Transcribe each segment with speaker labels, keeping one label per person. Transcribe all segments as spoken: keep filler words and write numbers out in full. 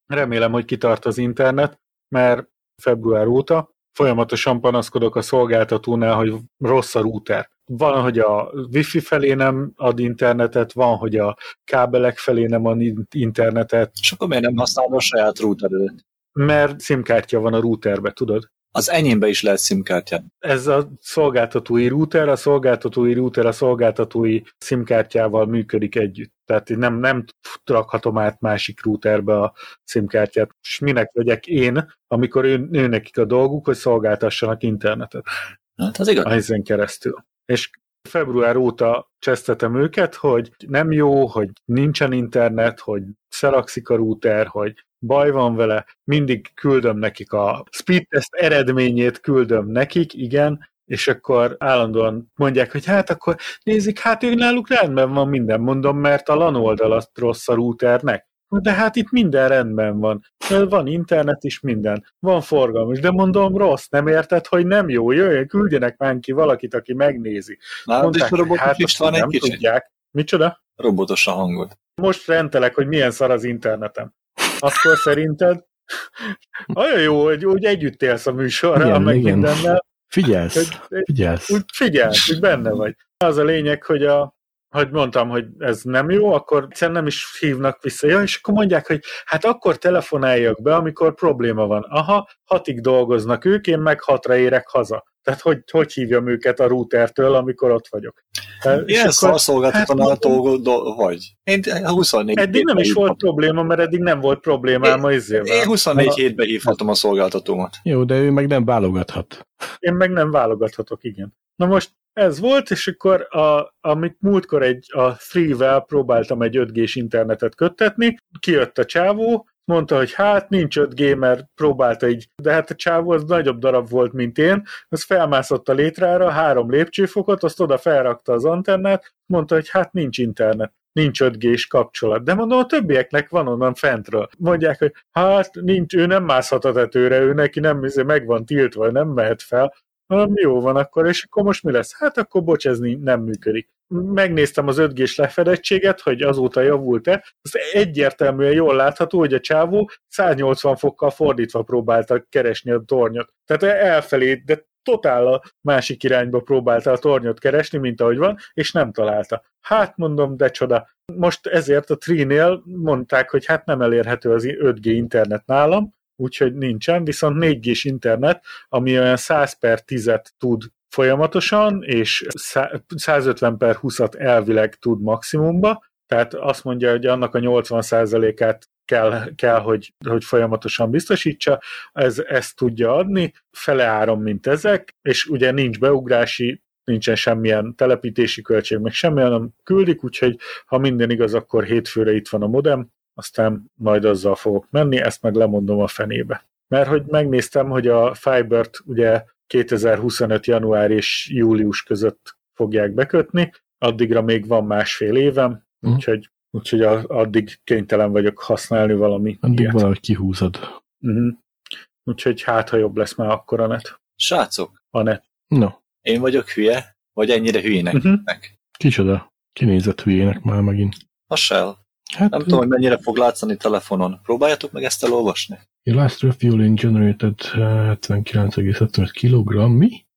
Speaker 1: remélem, hogy kitart az internet, mert február óta folyamatosan panaszkodok a szolgáltatónál, hogy rossz a router. Van, hogy a wifi felé nem ad internetet, van, hogy a kábelek felé nem ad internetet.
Speaker 2: És akkor miért nem használod a saját routeredet?
Speaker 1: Mert SIM-kártya van a routerbe, tudod?
Speaker 2: Az enyémbe is lehet SIM-kártya.
Speaker 1: Ez a szolgáltatói router, a szolgáltatói router a szolgáltatói SIM-kártyával működik együtt. Tehát nem, nem rakhatom át másik routerbe a SIM-kártyát. És minek vegyek én, amikor ő, ő nekik a dolguk, hogy szolgáltassanak internetet.
Speaker 2: Hát az igaz.
Speaker 1: Ezen keresztül. És február óta csesztetem őket, hogy nem jó, hogy nincsen internet, hogy szarakszik a router, hogy baj van vele, mindig küldöm nekik a speed test eredményét, küldöm nekik, igen, és akkor állandóan mondják, hogy hát akkor nézik, hát ő náluk rendben van minden, mondom, mert a LAN oldal rossz a routernek. De hát itt minden rendben van. Van internet is, minden. Van forgalom is, de mondom, rossz, nem érted, hogy nem jó. Jöjjön, küldjenek már ki valakit, aki megnézi.
Speaker 2: Mondták, hogy hát azt van
Speaker 1: nem
Speaker 2: kicsit.
Speaker 1: tudják. Micsoda?
Speaker 2: Robotos a hangod.
Speaker 1: Most rendelek, hogy milyen szar az internetem. Akkor szerinted olyan jó, hogy úgy együtt élsz a műsorral, igen, meg igen. Mindennel.
Speaker 3: Figyelsz,
Speaker 1: hogy,
Speaker 3: figyelsz.
Speaker 1: Úgy figyelsz, úgy benne vagy. Az a lényeg, hogy a hogy mondtam, hogy ez nem jó, akkor egyszerűen nem is hívnak vissza. Ja, és akkor mondják, hogy hát akkor telefonáljak be, amikor probléma van. Aha, hatig dolgoznak ők, én meg hatra érek haza. Tehát hogy, hogy hívjam őket a routertől, amikor ott vagyok.
Speaker 2: Ilyen szarszolgáltatónál hát, vagy. Én huszonnégy
Speaker 1: eddig nem is volt probléma, mert eddig nem volt problémám a izével.
Speaker 2: Én huszonnégy hétben hívhatom a szolgáltatómat.
Speaker 3: Jó, de ő meg nem válogathat.
Speaker 1: Én meg nem válogathatok, igen. Na most ez volt, és akkor a, amit múltkor egy, a Three-vel próbáltam egy öt G-s internetet köttetni, kijött a csávó, mondta, hogy hát nincs öt G, mert próbálta így, de hát a csávó az nagyobb darab volt, mint én, az felmászott a létrára, három lépcsőfokot, azt oda felrakta az antennát, mondta, hogy hát nincs internet, nincs öt G-s kapcsolat. De mondom, a többieknek van onnan fentről. Mondják, hogy hát nincs, ő nem mászhat a tetőre, ő neki nem meg van tiltva, nem mehet fel. Hanem jó van akkor, és akkor most mi lesz? Hát akkor bocs, ez nem működik. Megnéztem az öt G-s lefedettséget, hogy azóta javult-e. Az egyértelműen jól látható, hogy a csávó száznyolcvan fokkal fordítva próbálta keresni a tornyot. Tehát elfelé, de totál a másik irányba próbálta a tornyot keresni, mint ahogy van, és nem találta. Hát mondom, de csoda. Most ezért a Three-nél mondták, hogy hát nem elérhető az öt G internet nálam, úgyhogy nincsen, viszont négy G-s internet, ami olyan száz per tízet tud folyamatosan, és százötven per húszat elvileg tud maximumba, tehát azt mondja, hogy annak a nyolcvan százalékát kell, kell hogy, hogy folyamatosan biztosítsa, ez, ezt tudja adni, fele áram, mint ezek, és ugye nincs beugrási, nincsen semmilyen telepítési költség, meg semmilyen nem küldik, úgyhogy ha minden igaz, akkor hétfőre itt van a modem, aztán majd azzal fogok menni, ezt meg lemondom a fenébe. Mert hogy megnéztem, hogy a Fibert ugye kétezer-huszonöt január és július között fogják bekötni, addigra még van másfél évem, mm. úgyhogy, úgyhogy addig kénytelen vagyok használni valami
Speaker 3: addig
Speaker 1: ilyet.
Speaker 3: Valahogy kihúzod.
Speaker 1: Uh-huh. Úgyhogy hát, ha jobb lesz már akkor a net.
Speaker 2: Srácok,
Speaker 1: a net.
Speaker 3: No.
Speaker 2: Én vagyok hülye, vagy ennyire hülyének?
Speaker 1: Uh-huh.
Speaker 3: Kicsoda? Kinézett hülyének már megint?
Speaker 2: A Shell.
Speaker 3: Hát,
Speaker 2: nem tudom, hogy mennyire fog látszani telefonon. Próbáljátok meg ezt elolvasni.
Speaker 3: A last refueling generated hetvenkilenc egész hetvenöt kilogramm. Mi?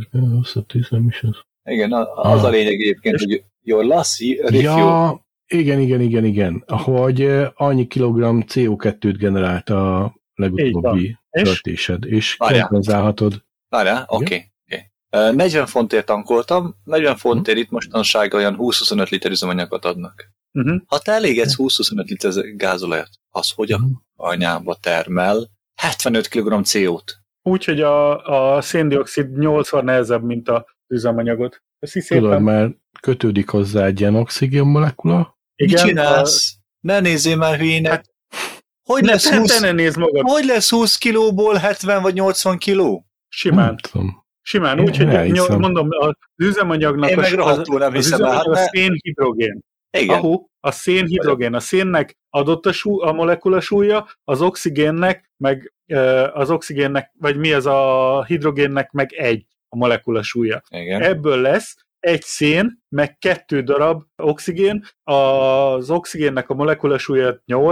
Speaker 2: Igen, az ah. a lényeg egyébként, hogy your last refuel...
Speaker 3: Ja, igen, igen, igen, igen. Hogy annyi kilogramm C O kettőt generált a legutóbbi töltésed, és kompenzálhatod.
Speaker 2: Várjál, oké. Okay. negyven fontért tankoltam, negyven fontért hmm. itt mostanság olyan húsz-huszonöt liter üzemanyagot adnak. Uh-huh. Ha te elégedsz húsz-huszonöt liter gázolajat, az hogy a anyába termel hetvenöt kilogramm C O-t?
Speaker 1: Úgyhogy a, a széndioxid nyolcszor nehezebb, mint az üzemanyagot.
Speaker 3: Tudod, mert kötődik hozzá egy ilyen oxigén molekula.
Speaker 2: Igen, mit csinálsz? A... Ne nézzél már hülyének. Hát, hogy,
Speaker 1: ne,
Speaker 2: lesz húsz...
Speaker 1: ne nézd magad.
Speaker 2: Hogy lesz húsz kilóból hetven vagy nyolcvan kiló?
Speaker 1: Simán. Simán, úgyhogy mondom, az üzemanyagnak
Speaker 2: Én
Speaker 1: a,
Speaker 2: meg rohadtul nem
Speaker 1: az
Speaker 2: hiszem,
Speaker 1: üzemanyag
Speaker 2: hát
Speaker 1: a szénhidrogén.
Speaker 2: Igen.
Speaker 1: Ahu, a szénhidrogén. A szénnek adott a, sú, a molekula súlya, az oxigénnek, meg az oxigénnek, vagy mi az a hidrogénnek, meg egy a molekula súlya.
Speaker 2: Igen.
Speaker 1: Ebből lesz egy szén, meg kettő darab oxigén, az oxigénnek a molekula súlya nyolc,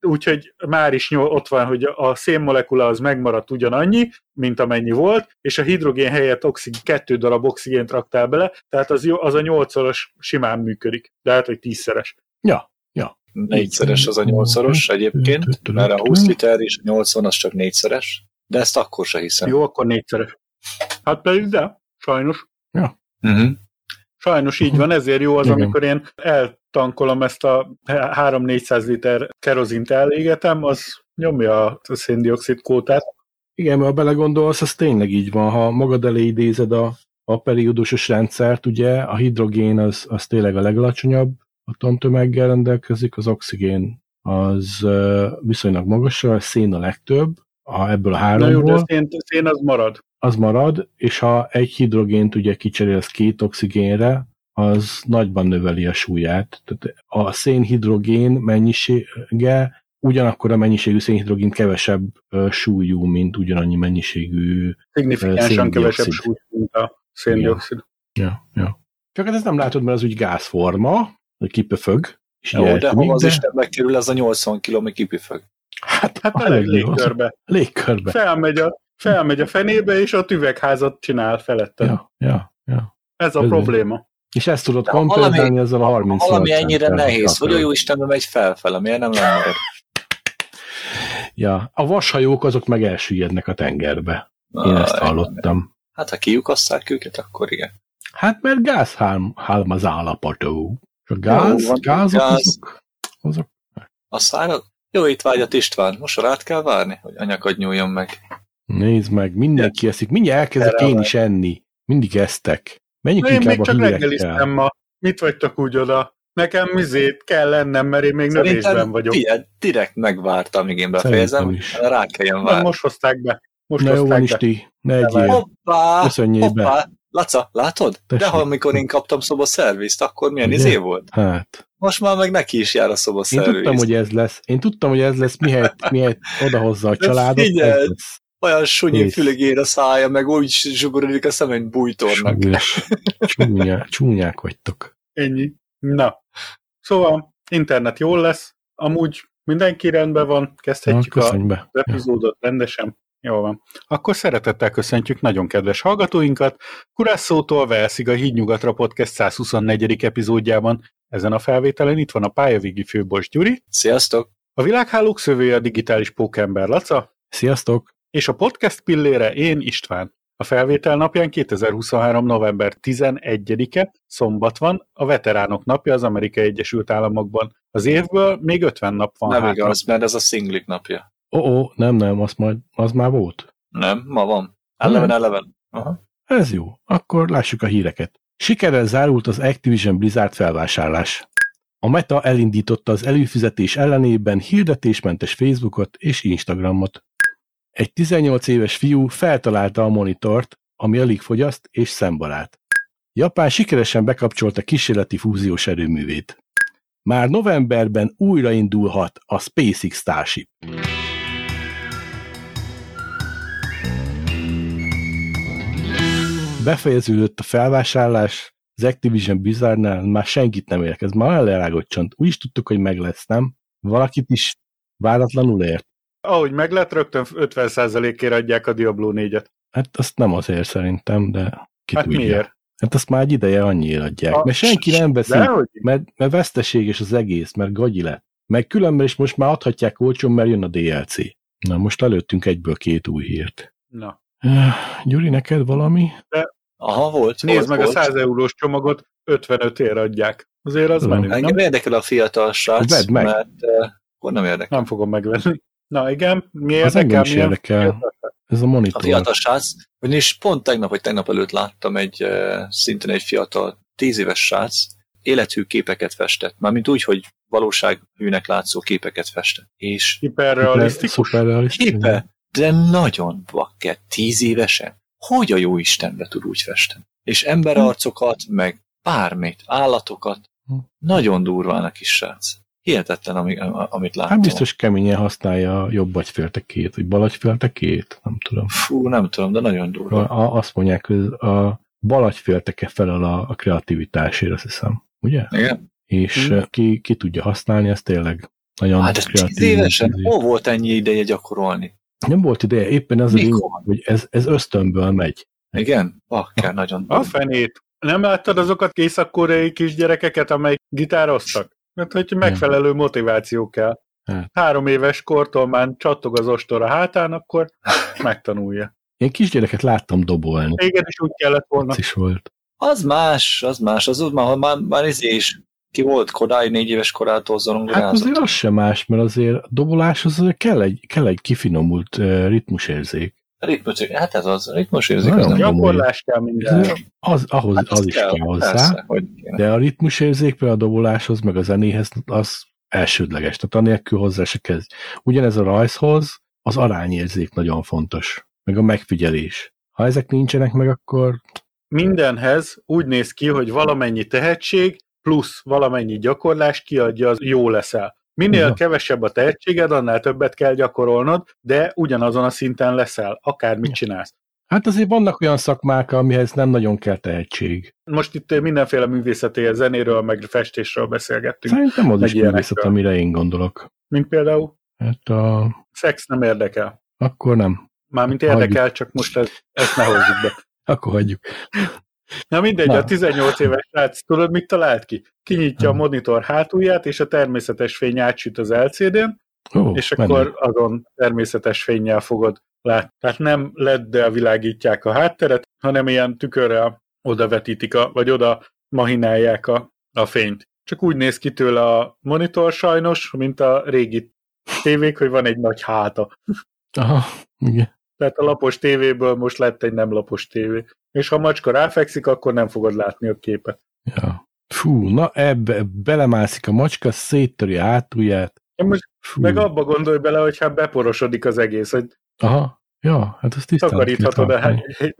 Speaker 1: úgyhogy már is ott van, hogy a szénmolekula az megmaradt ugyanannyi, mint amennyi volt, és a hidrogén helyett oxig, kettő darab oxigént raktál bele, tehát az, jó, az a nyolcszoros simán működik, de hát, hogy tízszeres.
Speaker 3: Ja, ja.
Speaker 2: Négyszeres az a nyolcszoros egyébként, mert a húsz liter és a nyolcvan az csak négyszeres, de ezt akkor se hiszem.
Speaker 1: Jó, akkor négyszeres. Hát pedig de, sajnos.
Speaker 3: Ja.
Speaker 2: Uh-huh.
Speaker 1: Sajnos így van, ezért jó az, igen. Amikor én eltankolom ezt a három-négyszáz liter kerozint elégetem, az nyomja a széndioxid kvótát.
Speaker 3: Igen, mert ha belegondolsz, az tényleg így van. Ha magad elé idézed a, a periódusos rendszert, ugye a hidrogén az, az tényleg a legalacsonyabb atomtömeggel rendelkezik, az oxigén az viszonylag magas, a szén a legtöbb, a, ebből a háromból.
Speaker 1: Na jó, de szén, szén az marad.
Speaker 3: Az marad, és ha egy hidrogént ugye kicserélsz két oxigénre, az nagyban növeli a súlyát. Tehát a szénhidrogén mennyisége ugyanakkor a mennyiségű szénhidrogén kevesebb uh, súlyú, mint ugyanannyi mennyiségű
Speaker 1: szignifikánsan uh, kevesebb súlyú, mint a széndioxid.
Speaker 3: Ja, ja, ja. Csak hát ezt nem látod, mert az úgy gázforma, hogy kipöfög.
Speaker 2: Jó, de hova az de... Isten megkerül ez a nyolcvan kiló, ami kipöfög?
Speaker 1: Hát, hát a légkörbe.
Speaker 3: Légkörbe.
Speaker 1: Felmegy a, felmegy a fenébe, és ott üvegházat csinál felette.
Speaker 3: Ja, ja, ja.
Speaker 1: Ez a ez probléma.
Speaker 3: És ezt tudod kompenzálni ezzel a harminc.
Speaker 2: Valami ennyire nehéz, hogy a jó Istenben megy felfele, miért nem lenne?
Speaker 3: Ja, a vashajók azok meg elsüllyednek a tengerbe. Én ezt hallottam.
Speaker 2: Hát ha kiukasszák őket, akkor igen.
Speaker 3: Hát mert gázhalmaz állapotú. És a gáz, jó, gázok gáz. azok, azok...
Speaker 2: A szárad? Jó étvágyat István, most rá kell várni, hogy anyakad nyúljon meg.
Speaker 3: Nézd meg, mindenki eszik, mindjárt elkezdek én is enni. Mindig esztek. Menjünk
Speaker 1: én
Speaker 3: inkább
Speaker 1: még csak reggeliztem ma. Mit vagytok úgy oda? Nekem mizét kell lennem, mert én még
Speaker 2: szerintem
Speaker 1: növésben vagyok.
Speaker 2: Figyelj, direkt megvártam, amíg én befejezem, rá kelljen várni.
Speaker 1: Most hozták be. Most
Speaker 3: Na jó van, Isti, ne egyél.
Speaker 2: Hoppá,
Speaker 3: Köszönjél be.
Speaker 2: Hoppá. Laca, látod? Tessék. De ha amikor én kaptam szobaszervizt, akkor milyen izé volt?
Speaker 3: Hát.
Speaker 2: Most már meg neki is jár a szobaszerviz.
Speaker 3: Én tudtam, hogy ez lesz. Én tudtam, hogy ez lesz, mihelyt, mihelyt odahozza a családot.
Speaker 2: Figyelj, olyan sunyi fülegér a szája, meg úgy zsugorodik a szemen bújtornak.
Speaker 3: Csúnya, csúnyák vagytok.
Speaker 1: Ennyi. Na. Szóval, internet jól lesz. Amúgy mindenki rendben van. Kezdhetjük Na, az epizódot ja. rendesen. Jól van. Akkor szeretettel köszöntjük nagyon kedves hallgatóinkat. Kurásszótól Velszig a Hídnyugatra Podcast száz huszonnegyedik epizódjában. Ezen a felvételen itt van a pályavégi főbos Gyuri.
Speaker 2: Sziasztok!
Speaker 1: A világhálók szövője a digitális pókember Laca.
Speaker 3: Sziasztok!
Speaker 1: És a podcast pillére én István. A felvétel napján kétezer-huszonhárom. november tizenegyedike szombat van, a veteránok napja az Amerikai Egyesült Államokban. Az évből még ötven nap van.
Speaker 2: Nem hátra. Igaz, mert ez a szinglik napja.
Speaker 3: Ó, oh, oh, nem, nem, az, majd, az már volt.
Speaker 2: Nem, ma van. eleven eleven. Aha.
Speaker 3: Ez jó, akkor lássuk a híreket. Sikerrel zárult az Activision Blizzard felvásárlás. A Meta elindította az előfizetés ellenében hirdetésmentes Facebookot és Instagramot. Egy tizennyolc éves fiú feltalálta a monitort, ami alig fogyaszt és szembarát. Japán sikeresen bekapcsolta kísérleti fúziós erőművét. Már novemberben újraindulhat a SpaceX Starship. Befejeződött a felvásárlás, az Activision Blizzardnál már senkit nem érkez, már elrágott csont. Úgy is tudtuk, hogy meg lesz, nem? Valakit is váratlanul ért.
Speaker 1: Ahogy meg lett, rögtön ötven százalékért adják a Diablo négyet.
Speaker 3: Hát azt nem azért szerintem, de ki
Speaker 1: hát
Speaker 3: tudja.
Speaker 1: Miért?
Speaker 3: Hát azt már egy ideje annyira adják. A, mert senki nem veszi, mert, mert veszteséges az egész, mert gagyi lett. Meg különben is most már adhatják olcsón, mert jön a dé el cé. Na, most előttünk egyből két új hírt.
Speaker 1: Na.
Speaker 3: Gyuri, neked valami?
Speaker 1: De
Speaker 2: aha, volt.
Speaker 1: Nézd
Speaker 2: volt,
Speaker 1: meg
Speaker 2: volt.
Speaker 1: a száz eurós csomagot, ötvenöt ér adják. Azért az menő, nem?
Speaker 2: Engem érdekel a fiatal srác,
Speaker 3: Vedd meg.
Speaker 2: mert uh, akkor nem érdekel.
Speaker 1: Nem fogom megvenni. Na igen, mi
Speaker 3: az
Speaker 1: érdekel?
Speaker 3: Is érdekel. Ez a monitor.
Speaker 2: A fiatal srác, ugyanis pont tegnap vagy tegnap előtt láttam egy uh, szintén egy fiatal, tíz éves srác, élethű képeket festett. Mármint úgy, hogy valósághűnek látszó képeket festett. És
Speaker 1: hiperrealisztikus.
Speaker 2: Képe, de nagyon bakker, tíz évesen. Hogy a jó Istenbe tud úgy festeni? És emberarcokat, meg bármit, állatokat. Nagyon durván a kis srác. Hihetetlen, amit láttam.
Speaker 3: Hát biztos keményen használja a jobb agyféltekét, vagy bal agyféltekét, nem tudom.
Speaker 2: Fú, nem tudom, de nagyon durva.
Speaker 3: A, azt mondják, hogy a bal agyfélteke felel a, a kreativitásért, azt hiszem. Ugye?
Speaker 2: Igen.
Speaker 3: És hmm. ki, ki tudja használni, ez tényleg Nagyon
Speaker 2: hát tíz évesen hol volt ennyi ideje gyakorolni?
Speaker 3: Nem volt ideje, éppen az
Speaker 2: Mikor?
Speaker 3: a lényeg, hogy ez, ez ösztönből megy.
Speaker 2: Igen? Bakker, nagyon.
Speaker 1: A fenét. Nem láttad azokat észak-koreai kisgyerekeket, amelyek gitároztak? Mert hogy megfelelő motiváció kell.
Speaker 3: Hát.
Speaker 1: Három éves kortól már csattog az ostor a hátán, akkor megtanulja.
Speaker 3: Én kisgyereket láttam dobolni.
Speaker 1: Téged is úgy kellett volna.
Speaker 3: Az is volt.
Speaker 2: Az más, az más. Az úgy már, már, már izé is ki volt korály, négy éves korától zorongorázott.
Speaker 3: Hát azért az sem más, mert azért a dobolás az azért kell egy, kell egy kifinomult uh, ritmusérzék.
Speaker 2: Ritmusérzék, hát ez az, ritmusérzék.
Speaker 1: Az gyakorlás kell minden.
Speaker 3: Az, ahhoz,
Speaker 2: hát
Speaker 3: az is kell, kell hozzá, persze, hogy de a ritmusérzék például a doboláshoz, meg a zenéhez, az elsődleges, tehát anélkül hozzá se kezd. Ugyanez a rajzhoz, az arányérzék nagyon fontos, meg a megfigyelés. Ha ezek nincsenek meg, akkor...
Speaker 1: Mindenhez úgy néz ki, hogy valamennyi tehetség plusz valamennyi gyakorlás kiadja, az jó leszel. Minél ja. kevesebb a tehetséged, annál többet kell gyakorolnod, de ugyanazon a szinten leszel, akármit csinálsz.
Speaker 3: Hát azért vannak olyan szakmák, amihez nem nagyon kell tehetség.
Speaker 1: Most itt mindenféle művészeti zenéről, meg festésről beszélgettünk.
Speaker 3: Szerintem az is művészet, amire én gondolok.
Speaker 1: Mint például?
Speaker 3: Hát a...
Speaker 1: Szex nem érdekel.
Speaker 3: Akkor nem.
Speaker 1: Mármint érdekel, hagyjuk. Csak most ez, ezt ne hozzuk be.
Speaker 3: Akkor hagyjuk.
Speaker 1: Na mindegy, Na. a tizennyolc éves srác, tudod, mit talált ki? Kinyitja hmm. a monitor hátulját, és a természetes fény átsüt az el cé dén, oh, és menő. Akkor azon természetes fénnyel fogod látni. Tehát nem el é dé-del világítják a hátteret, hanem ilyen tükörrel odavetítik, a, vagy oda mahinálják a, a fényt. Csak úgy néz ki tőle a monitor sajnos, mint a régi tévék, hogy van egy nagy háta.
Speaker 3: Aha, igen.
Speaker 1: Tehát a lapos tévéből most lett egy nem lapos tévé. És ha a macska ráfekszik, akkor nem fogod látni a képet.
Speaker 3: Ja. Fú, na ebbe belemászik a macska, széttöri a hátulját.
Speaker 1: Most meg abba gondolj bele, hogy hát beporosodik az egész, hogy
Speaker 3: aha, ja, hát azt tisztán
Speaker 1: takaríthatod a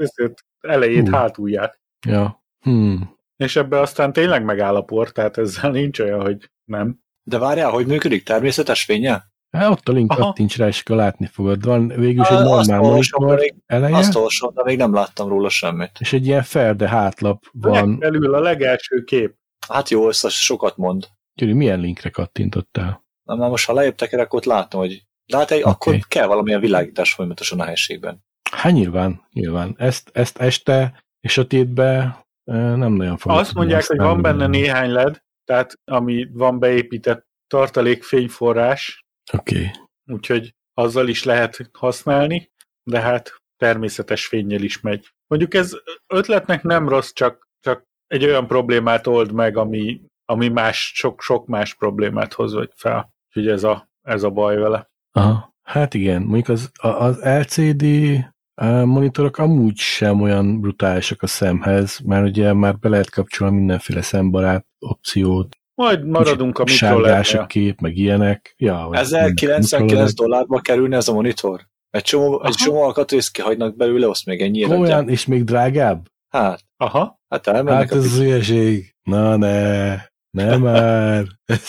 Speaker 1: elejét, Hú. hátulját.
Speaker 3: Ja. Hmm.
Speaker 1: És ebbe aztán tényleg megáll a por, tehát ezzel nincs olyan, hogy nem.
Speaker 2: De várjál, hogy működik természetes fénnyel?
Speaker 3: Hát ott a link kattints rá, és akkor látni fogod. Van végül is egy normál monitor eleje.
Speaker 2: Azt olvasom, de még nem láttam róla semmit.
Speaker 3: És egy ilyen ferde hátlap van.
Speaker 1: Belül a legelső kép.
Speaker 2: Hát jó, ez sokat mond.
Speaker 3: Gyuri, milyen linkre kattintottál?
Speaker 2: Na, már most ha lejjebb tekerek, ott látom, hogy lát egy, okay. Akkor kell valamilyen világítás folyamatosan a helységben.
Speaker 3: Hát nyilván, nyilván. Ezt, ezt este és sötétbe nem nagyon fogok.
Speaker 1: Azt mondják, hogy van benne néhány el é dé, tehát ami van beépített tartalék fényforrás.
Speaker 3: Oké. Okay.
Speaker 1: Úgyhogy azzal is lehet használni, de hát természetes fénnyel is megy. Mondjuk ez ötletnek nem rossz, csak, csak egy olyan problémát old meg, ami, ami más, sok, sok más problémát hoz fel. Úgyhogy ez a, ez a baj vele.
Speaker 3: Aha. Hát igen, mondjuk az, az el cé dé monitorok amúgy sem olyan brutálisak a szemhez, mert ugye már be lehet kapcsolni mindenféle szembarát opciót.
Speaker 1: Majd maradunk a
Speaker 3: sárgás a kép, meg ilyenek. Ja,
Speaker 2: ezerkilencvenkilenc dollárba kerülne ez a monitor? Egy csomó, egy csomó alkatrészt kihagynak belőle, azt még ennyire.
Speaker 3: Olyan, és még drágább?
Speaker 2: Hát.
Speaker 1: Aha.
Speaker 2: Hát elmennek.
Speaker 3: Hát ez az hülyeség. Na ne, nem már.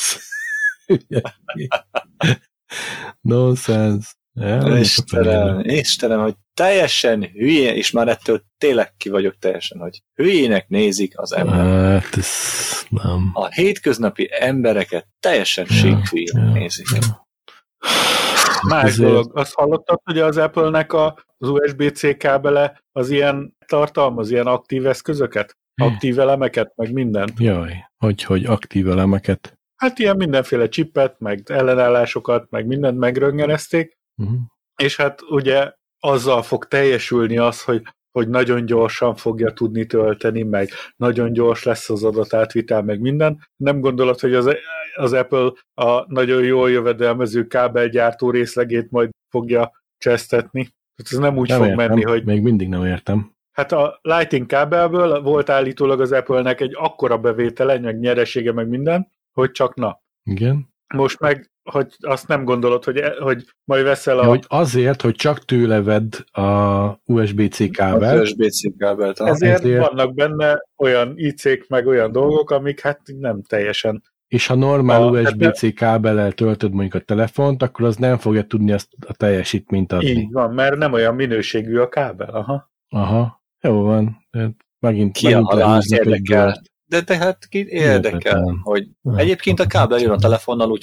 Speaker 3: Nonsense.
Speaker 2: Istenem, Istenem, hogy teljesen hülye, és már ettől tényleg ki vagyok teljesen, hogy hülyének nézik az ember.
Speaker 3: Hát ez nem.
Speaker 2: A hétköznapi embereket teljesen ja, síkhülyének ja, nézik. Ja.
Speaker 1: Más Ezért... dolog. Azt hallottad, hogy az Apple-nek az u es bé cé kábele az ilyen tartalmaz, ilyen aktív eszközöket? Aktív elemeket, meg mindent?
Speaker 3: Jaj, hogy, hogy aktív elemeket?
Speaker 1: Hát ilyen mindenféle csippet, meg ellenállásokat, meg mindent megröntgenezték, uh-huh. És hát ugye azzal fog teljesülni az, hogy, hogy nagyon gyorsan fogja tudni tölteni, meg nagyon gyors lesz az adatátvitel, meg minden. Nem gondolod, hogy az, az Apple a nagyon jól jövedelmező kábelgyártó részlegét majd fogja csesztetni? Ez nem úgy
Speaker 3: nem
Speaker 1: fog
Speaker 3: értem.
Speaker 1: menni, hogy...
Speaker 3: Még mindig nem értem.
Speaker 1: Hát a Lightning kábelből volt állítólag az Apple-nek egy akkora bevétele, meg nyeresége, meg minden, hogy csak na.
Speaker 3: Igen.
Speaker 1: Most meg, hogy azt nem gondolod, hogy, hogy majd veszel a...
Speaker 3: Ja, hogy azért, hogy csak tőle vedd a u es bé cé kábelt.
Speaker 2: Az u es bé cé kábelt.
Speaker 1: Ezért, ezért vannak benne olyan i cék, meg olyan dolgok, amik hát nem teljesen...
Speaker 3: És ha normál a, u es bé cé kábellel töltöd mondjuk a telefont, akkor az nem fogja tudni azt a teljesítményt adni.
Speaker 1: Így van, mert nem olyan minőségű a kábel. Aha.
Speaker 3: Aha. Jó van. Megint,
Speaker 2: ki a halász érdekel. De tehát ki érdekel, hogy egyébként a kábel jön a telefonnal, úgyhogy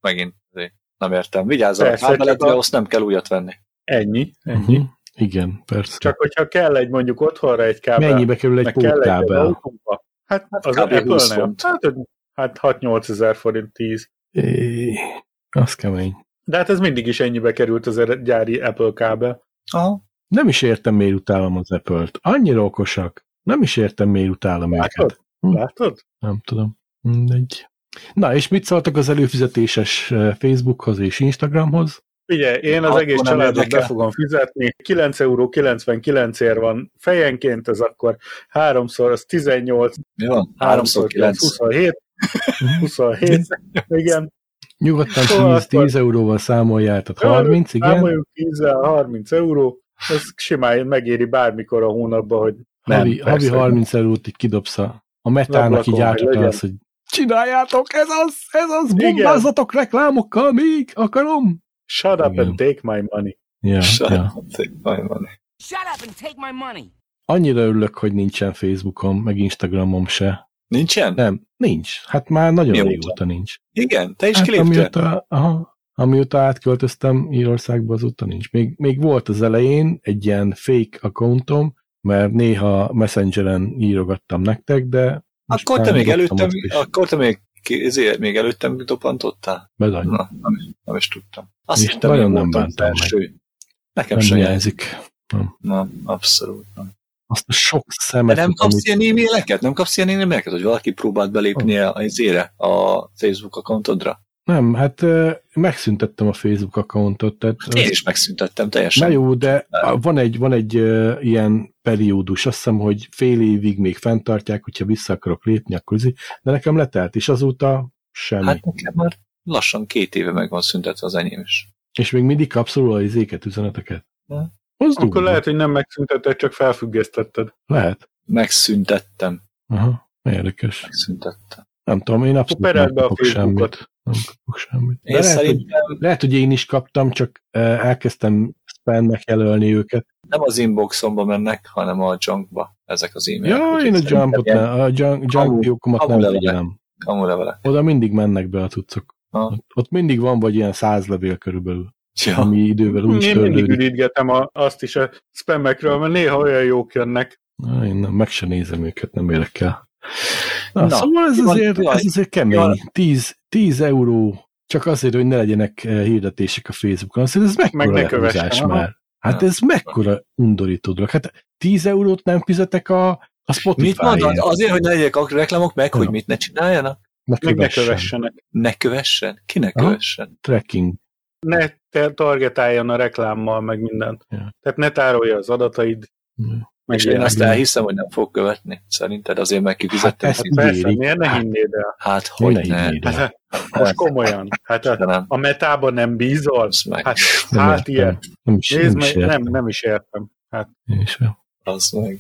Speaker 2: megint nem értem. Vigyázzal, kábeledre, azt nem kell újat venni.
Speaker 1: Ennyi, ennyi.
Speaker 3: Uh-huh. Igen, persze.
Speaker 1: Csak hogyha kell egy mondjuk otthonra egy kábel.
Speaker 3: Mennyibe kerül egy pótkábel?
Speaker 1: Hát az Apple-nél. Hát, hát hat-nyolc ezer forint, tíz.
Speaker 3: É, az kemény.
Speaker 1: De hát ez mindig is ennyibe került az a gyári Apple kábel.
Speaker 2: Aha.
Speaker 3: Nem is értem, miért utálom az Apple-t. Annyira okosak. Nem is értem, miért utálom
Speaker 1: Látod?
Speaker 3: őket. Hm.
Speaker 1: Látod?
Speaker 3: Nem tudom. Mindegy. Na, és mit szóltak az előfizetéses Facebookhoz és Instagramhoz?
Speaker 1: Ugye, én az egész családot be fogom fizetni, kilenc egész kilencvenkilenc van fejenként, ez akkor háromszor, az tizennyolc,
Speaker 2: mi van?
Speaker 1: háromszor kilenc, huszonhét, huszonhét, igen.
Speaker 3: Nyugodtan tíz, tíz euróval számoljátok, harminc, igen?
Speaker 1: Számoljuk tízzel, harminc euró, ez simán megéri bármikor a hónapban, hogy nem.
Speaker 3: Havi, havi harminc eurót így kidobsz a metának, így átadálsz, hogy csináljátok, ez az, ez az, bombázzatok reklámokkal még, akarom.
Speaker 1: Shut up igen. and take my money.
Speaker 3: Yeah,
Speaker 2: Shut
Speaker 3: yeah.
Speaker 2: up and take my money.
Speaker 4: Shut up and take my money.
Speaker 3: Annyira örülök, hogy nincsen Facebookom, meg Instagramom se.
Speaker 2: Nincsen?
Speaker 3: Nem, nincs. Hát már nagyon Mióta? régóta nincs.
Speaker 2: Igen, te is
Speaker 3: hát
Speaker 2: kiléptél?
Speaker 3: Amióta, aha, amióta átköltöztem Írországba, azóta nincs. Még, még volt az elején egy ilyen fake accountom, mert néha Messengeren írogattam nektek, de
Speaker 2: akkor te még előttem, akkor te még ezért még előttem dopantottál?
Speaker 3: Bezony.
Speaker 2: Na, nem, nem is tudtam. Azt
Speaker 3: és
Speaker 2: hittem,
Speaker 3: nagyon nem bántam meg.
Speaker 2: Nekem sem
Speaker 3: jelzik.
Speaker 2: Nem. Na, abszolút nem.
Speaker 3: Azt a sok szemet...
Speaker 2: De nem kapsz amit... ilyen e-maileket? Nem kapsz ilyen e-maileket, hogy valaki próbált belépni oh. az ére a Facebook accountodra?
Speaker 3: Nem, hát uh, megszüntettem a Facebook accountot. Tehát
Speaker 2: hát én is megszüntettem teljesen.
Speaker 3: Na jó, de van egy, van egy uh, ilyen periódus, azt hiszem, hogy fél évig még fenntartják, hogyha vissza akarok lépni, akkor azért, de nekem letelt, és azóta semmi.
Speaker 2: Hát nekem már lassan két éve meg van szüntetve az enyém is.
Speaker 3: És még mindig kapsz róla az éket, üzeneteket?
Speaker 2: Ja.
Speaker 1: Akkor durva. Lehet, hogy nem megszüntetted, csak felfüggesztetted.
Speaker 3: Lehet.
Speaker 2: Megszüntettem.
Speaker 3: Aha, érdekes.
Speaker 2: Megszüntettem.
Speaker 3: Nem tudom, én abszolút nem kapok semmit. Nem kapok semmit.
Speaker 2: Én lehet, szerintem...
Speaker 3: hogy, lehet, hogy én is kaptam, csak elkezdtem spamnek jelölni őket.
Speaker 2: Nem az inboxomba mennek, hanem a junkba ezek az e-mailek.
Speaker 3: Ja, én a junkot nem, a junk, junk fiókomat nem figyelem.
Speaker 2: Kamulevelek.
Speaker 3: Oda mindig mennek be a cuccok. Ott, ott mindig van vagy ilyen száz levél körülbelül. Ja. Ami idővel úgy
Speaker 1: Én mindig ürítgetem a, azt is a spamekről, mert néha olyan jók jönnek.
Speaker 3: Na, én nem, meg se nézem őket, nem érdekel. Na, Na, szóval ez azért, ez azért kemény. tíz euró csak azért, hogy ne legyenek hirdetések a Facebookon. Azért ez mekkora meg lehúzás már. Hát ez mekkora undorító dolog. Hát tíz eurót nem fizetek a, a Spotify-ért.
Speaker 2: Mit mondod? Azért, hogy ne legyenek a reklámok meg, ja. hogy mit ne csináljanak?
Speaker 3: Ne
Speaker 1: meg ne kövessenek.
Speaker 2: Ne kövessen? Ki ne kövessen?
Speaker 3: Aha, tracking.
Speaker 1: Ne targetáljon a reklámmal, meg mindent.
Speaker 3: Ja.
Speaker 1: Tehát ne tárolja az adataid.
Speaker 3: Ja.
Speaker 2: Meg és én azt elhiszem, hogy nem fog követni. Szerinted azért meg kifizettem.
Speaker 1: Hát persze, miért ne hinnéd el?
Speaker 2: Hát, hogy ne?
Speaker 3: ne.
Speaker 1: Hát, most komolyan. Hát a, a metában nem bízol? Hát, hát ilyen.
Speaker 3: Nem is,
Speaker 1: Nézd,
Speaker 3: nem, is
Speaker 1: nem, nem is értem. Hát.
Speaker 3: Én is nem.
Speaker 2: Az meg.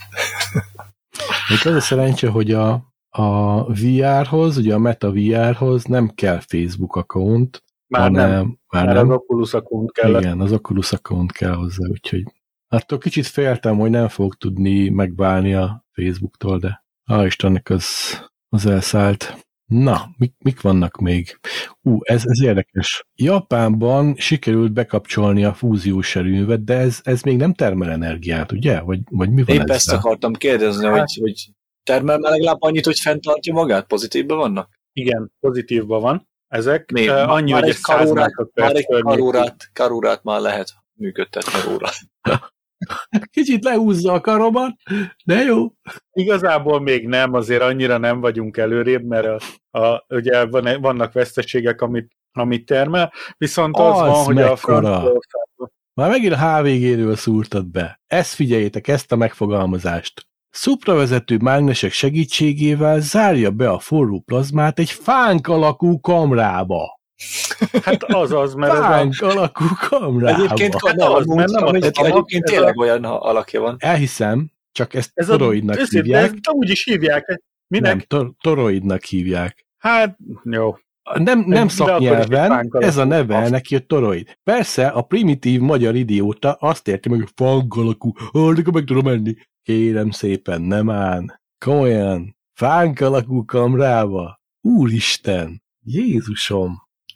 Speaker 3: Még az a szerencse, hogy a, a vé er-hoz, ugye a Meta vé er-hoz nem kell Facebook account.
Speaker 1: Már hanem, nem. Már, már nem. Az Oculus account kellett.
Speaker 3: Igen, az Oculus account kell hozzá, úgyhogy attól kicsit féltem, hogy nem fog tudni megválni a Facebooktól, de hál' Istennek az, az elszállt. Na, mik, mik vannak még? Ú, ez, ez érdekes. Japánban sikerült bekapcsolni a fúziós erőművet, de ez, ez még nem termel energiát, ugye? Vagy, vagy mi van
Speaker 2: épp ezt akartam kérdezni, hát, hogy, hogy termel már legalább annyit, hogy fenntartja magát? Pozitívban vannak?
Speaker 1: Igen, pozitívban van. Ezek
Speaker 2: még,
Speaker 1: uh, annyi,
Speaker 2: már
Speaker 1: hogy
Speaker 2: egy karórát, már egy karórát, karórát már lehet működtetni róla.
Speaker 3: Kicsit lehúzza a karomat, de jó.
Speaker 1: Igazából még nem, azért annyira nem vagyunk előrébb, mert a, a, ugye van, vannak veszteségek, amit, amit termel, viszont az, az van, hogy a Franciaországban.
Speaker 3: Már megint a há vé gé-ről szúrtad be. Ezt figyeljétek, ezt a megfogalmazást. Szupravezető mágnesek segítségével zárja be a forró plazmát egy fánk alakú kamrába.
Speaker 1: Hát az az, mert
Speaker 3: fánk ez a... alakú kamrába.
Speaker 2: Egyébként hát nem az, mert nem az, az egyébként tényleg olyan alakja van.
Speaker 3: Elhiszem, csak ezt
Speaker 1: ez
Speaker 3: toroidnak
Speaker 1: a,
Speaker 3: hívják.
Speaker 1: Ez úgy is hívják. Minek?
Speaker 3: Nem, tor- toroidnak hívják.
Speaker 1: Hát, jó.
Speaker 3: Nem, nem szaknyelven, ez a neve, azt. Neki a toroid. Persze, a primitív magyar idióta azt érti meg, hogy fánk alakú, akkor meg tudom menni. Kérem szépen, nem án. Komolyan. Fánk alakú kamrába. Úristen. Jézusom.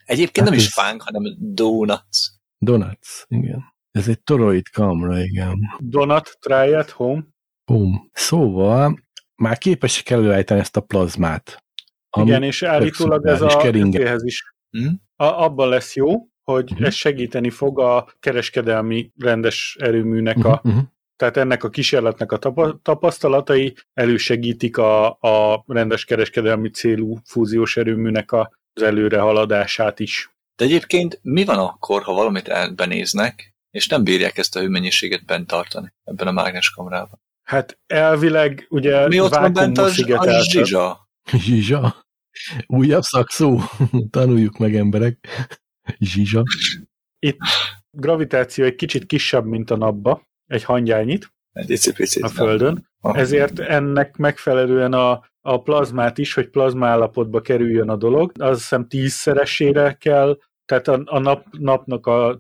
Speaker 2: Egyébként hát nem is fánk, hanem donuts.
Speaker 3: Donuts, igen. Ez egy toroid kamra, igen.
Speaker 1: Donut, try at home.
Speaker 3: Home. Szóval már képesek előállítani ezt a plazmát.
Speaker 1: Igen, és állítólag ez a ezéhez is
Speaker 2: hmm?
Speaker 1: a, abban lesz jó, hogy uh-huh. ez segíteni fog a kereskedelmi rendes erőműnek a uh-huh. tehát ennek a kísérletnek a tapasztalatai elősegítik a, a rendes kereskedelmi célú fúziós erőműnek az előrehaladását is.
Speaker 2: De egyébként mi van akkor, ha valamit elbenéznek, és nem bírják ezt a hőmennyiséget bent tartani ebben a mágneskamrában?
Speaker 1: Hát elvileg ugye
Speaker 2: mi ott van bent a, a zsizsa?
Speaker 3: Zsizsa? Újabb szakszó. Tanuljuk meg, emberek. Zsizsa.
Speaker 1: Itt gravitáció egy kicsit kisebb, mint a napba, egy hangyányit a Földön. Ezért ennek megfelelően a, a plazmát is, hogy plazma állapotba kerüljön a dolog, azt hiszem tízszeresére kell, tehát a, a nap, napnak a,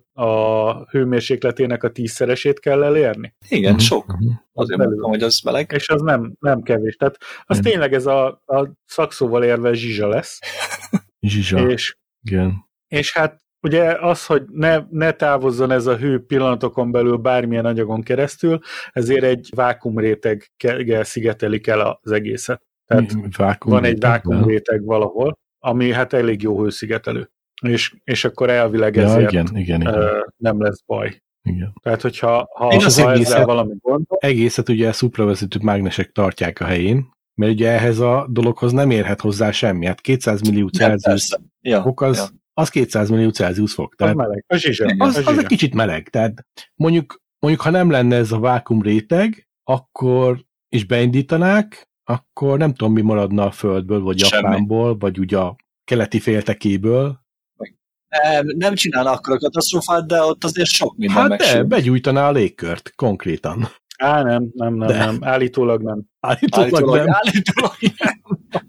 Speaker 1: a hőmérsékletének a tízszeresét kell elérni.
Speaker 2: Igen, uh-huh. sok. Azért mondtam, hogy az meleg.
Speaker 1: És az nem, nem kevés. Tehát az uh-huh. tényleg ez a, a szakszóval érve zsizsa lesz.
Speaker 3: Zsizsa.
Speaker 1: És,
Speaker 3: igen.
Speaker 1: És hát ugye az, hogy ne, ne távozzon ez a hő pillanatokon belül bármilyen anyagon keresztül, ezért egy vákumréteggel szigetelik el az egészet. Tehát
Speaker 3: Vákum
Speaker 1: van egy vákumréteg valahol, ami hát elég jó hőszigetelő. És, és akkor elvileg
Speaker 3: ja,
Speaker 1: ezért
Speaker 3: igen, igen, igen.
Speaker 1: Uh, nem lesz baj.
Speaker 3: Igen.
Speaker 1: Tehát, hogyha ha,
Speaker 3: és az
Speaker 1: ha
Speaker 3: egészet,
Speaker 1: ezzel valami gondol...
Speaker 3: egészet ugye a szupravezető mágnesek tartják a helyén, mert ugye ehhez a dologhoz nem érhet hozzá semmi. Hát kétszáz millió Celsius
Speaker 2: ja,
Speaker 3: fok az,
Speaker 2: ja.
Speaker 3: az kétszáz millió Celsius fok. Tehát
Speaker 1: az meleg. Az, zsizsa.
Speaker 3: Az,
Speaker 1: az,
Speaker 3: az egy kicsit meleg. Tehát mondjuk, mondjuk, ha nem lenne ez a vákum réteg, akkor és beindítanák, akkor nem tudom, mi maradna a Földből, vagy semmi. Japánból, vagy ugye a keleti féltekéből.
Speaker 2: Nem, nem csinálna akkor a katasztrófát, de ott azért sok minden
Speaker 3: hát
Speaker 2: megsérül.
Speaker 3: Hát de, begyújtaná a légkört, konkrétan.
Speaker 1: Á, nem, nem, nem, nem. Állítólag nem.
Speaker 3: Állítólag, Állítólag nem.
Speaker 2: Állítólag nem.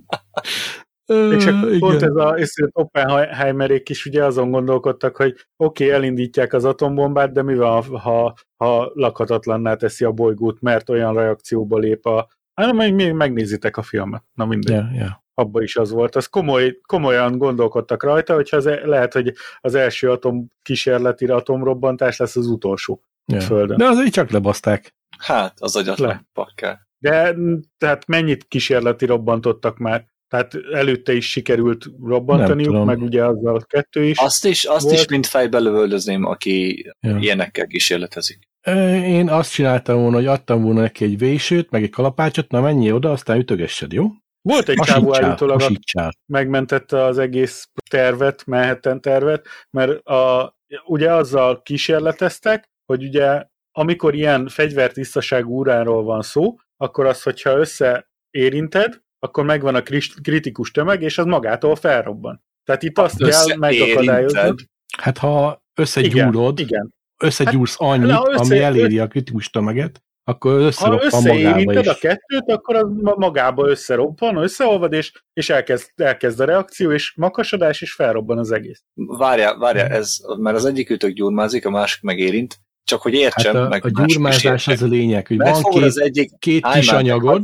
Speaker 1: És uh, pont ez a Oppenheimerék is ugye azon gondolkodtak, hogy oké, okay, elindítják az atombombát, de mi van, ha, ha lakhatatlanná teszi a bolygót, mert olyan reakcióba lép a... Hát még megnézitek a filmet. Na mindegy.
Speaker 3: Yeah, yeah.
Speaker 1: Abba is az volt. Az komoly, komolyan gondolkodtak rajta, hogyha az, lehet, hogy az első atom kísérleti atomrobbantás lesz az utolsó yeah. Földön.
Speaker 3: De azért csak lebaszták.
Speaker 2: Hát, az agyatlan pakkel.
Speaker 1: De tehát mennyit kísérleti robbantottak már? Tehát előtte is sikerült robbantaniuk, meg ugye azzal a kettő is.
Speaker 2: Azt is, azt is mind fejbe lövöldözném, aki ja. ilyenekkel kísérletezik.
Speaker 3: Én azt csináltam volna, hogy adtam volna neki egy vésőt, meg egy kalapácsot, na menjél oda, aztán ütögessed, jó?
Speaker 1: Volt egy csávó állítólag, megmentette az egész tervet, Manhattan tervet, mert a, ugye azzal kísérleteztek, hogy ugye amikor ilyen fegyvertisztaságú uránról van szó, akkor az, hogyha összeérinted, akkor megvan a kritikus tömeg, és az magától felrobban. Tehát itt azt kell megakadályoznod.
Speaker 3: Hát ha összegyúrod, igen, igen. összegyúrsz hát, annyit, össze, ami eléri a kritikus tömeget, akkor összeroppan magába is. Ha összeérinted
Speaker 1: a kettőt, akkor az magába összeroppan, összeolvad, és, és elkezd, elkezd a reakció, és makasodás, és felrobban az egész.
Speaker 2: Várjál, várjál, ez, mert az egyik ütök gyurmázik, a másik megérint, csak hogy értsem.
Speaker 3: Hát a,
Speaker 2: meg
Speaker 3: a gyurmázás az a lényeg, hogy van két,
Speaker 2: az egyik,
Speaker 3: két kis anyagod.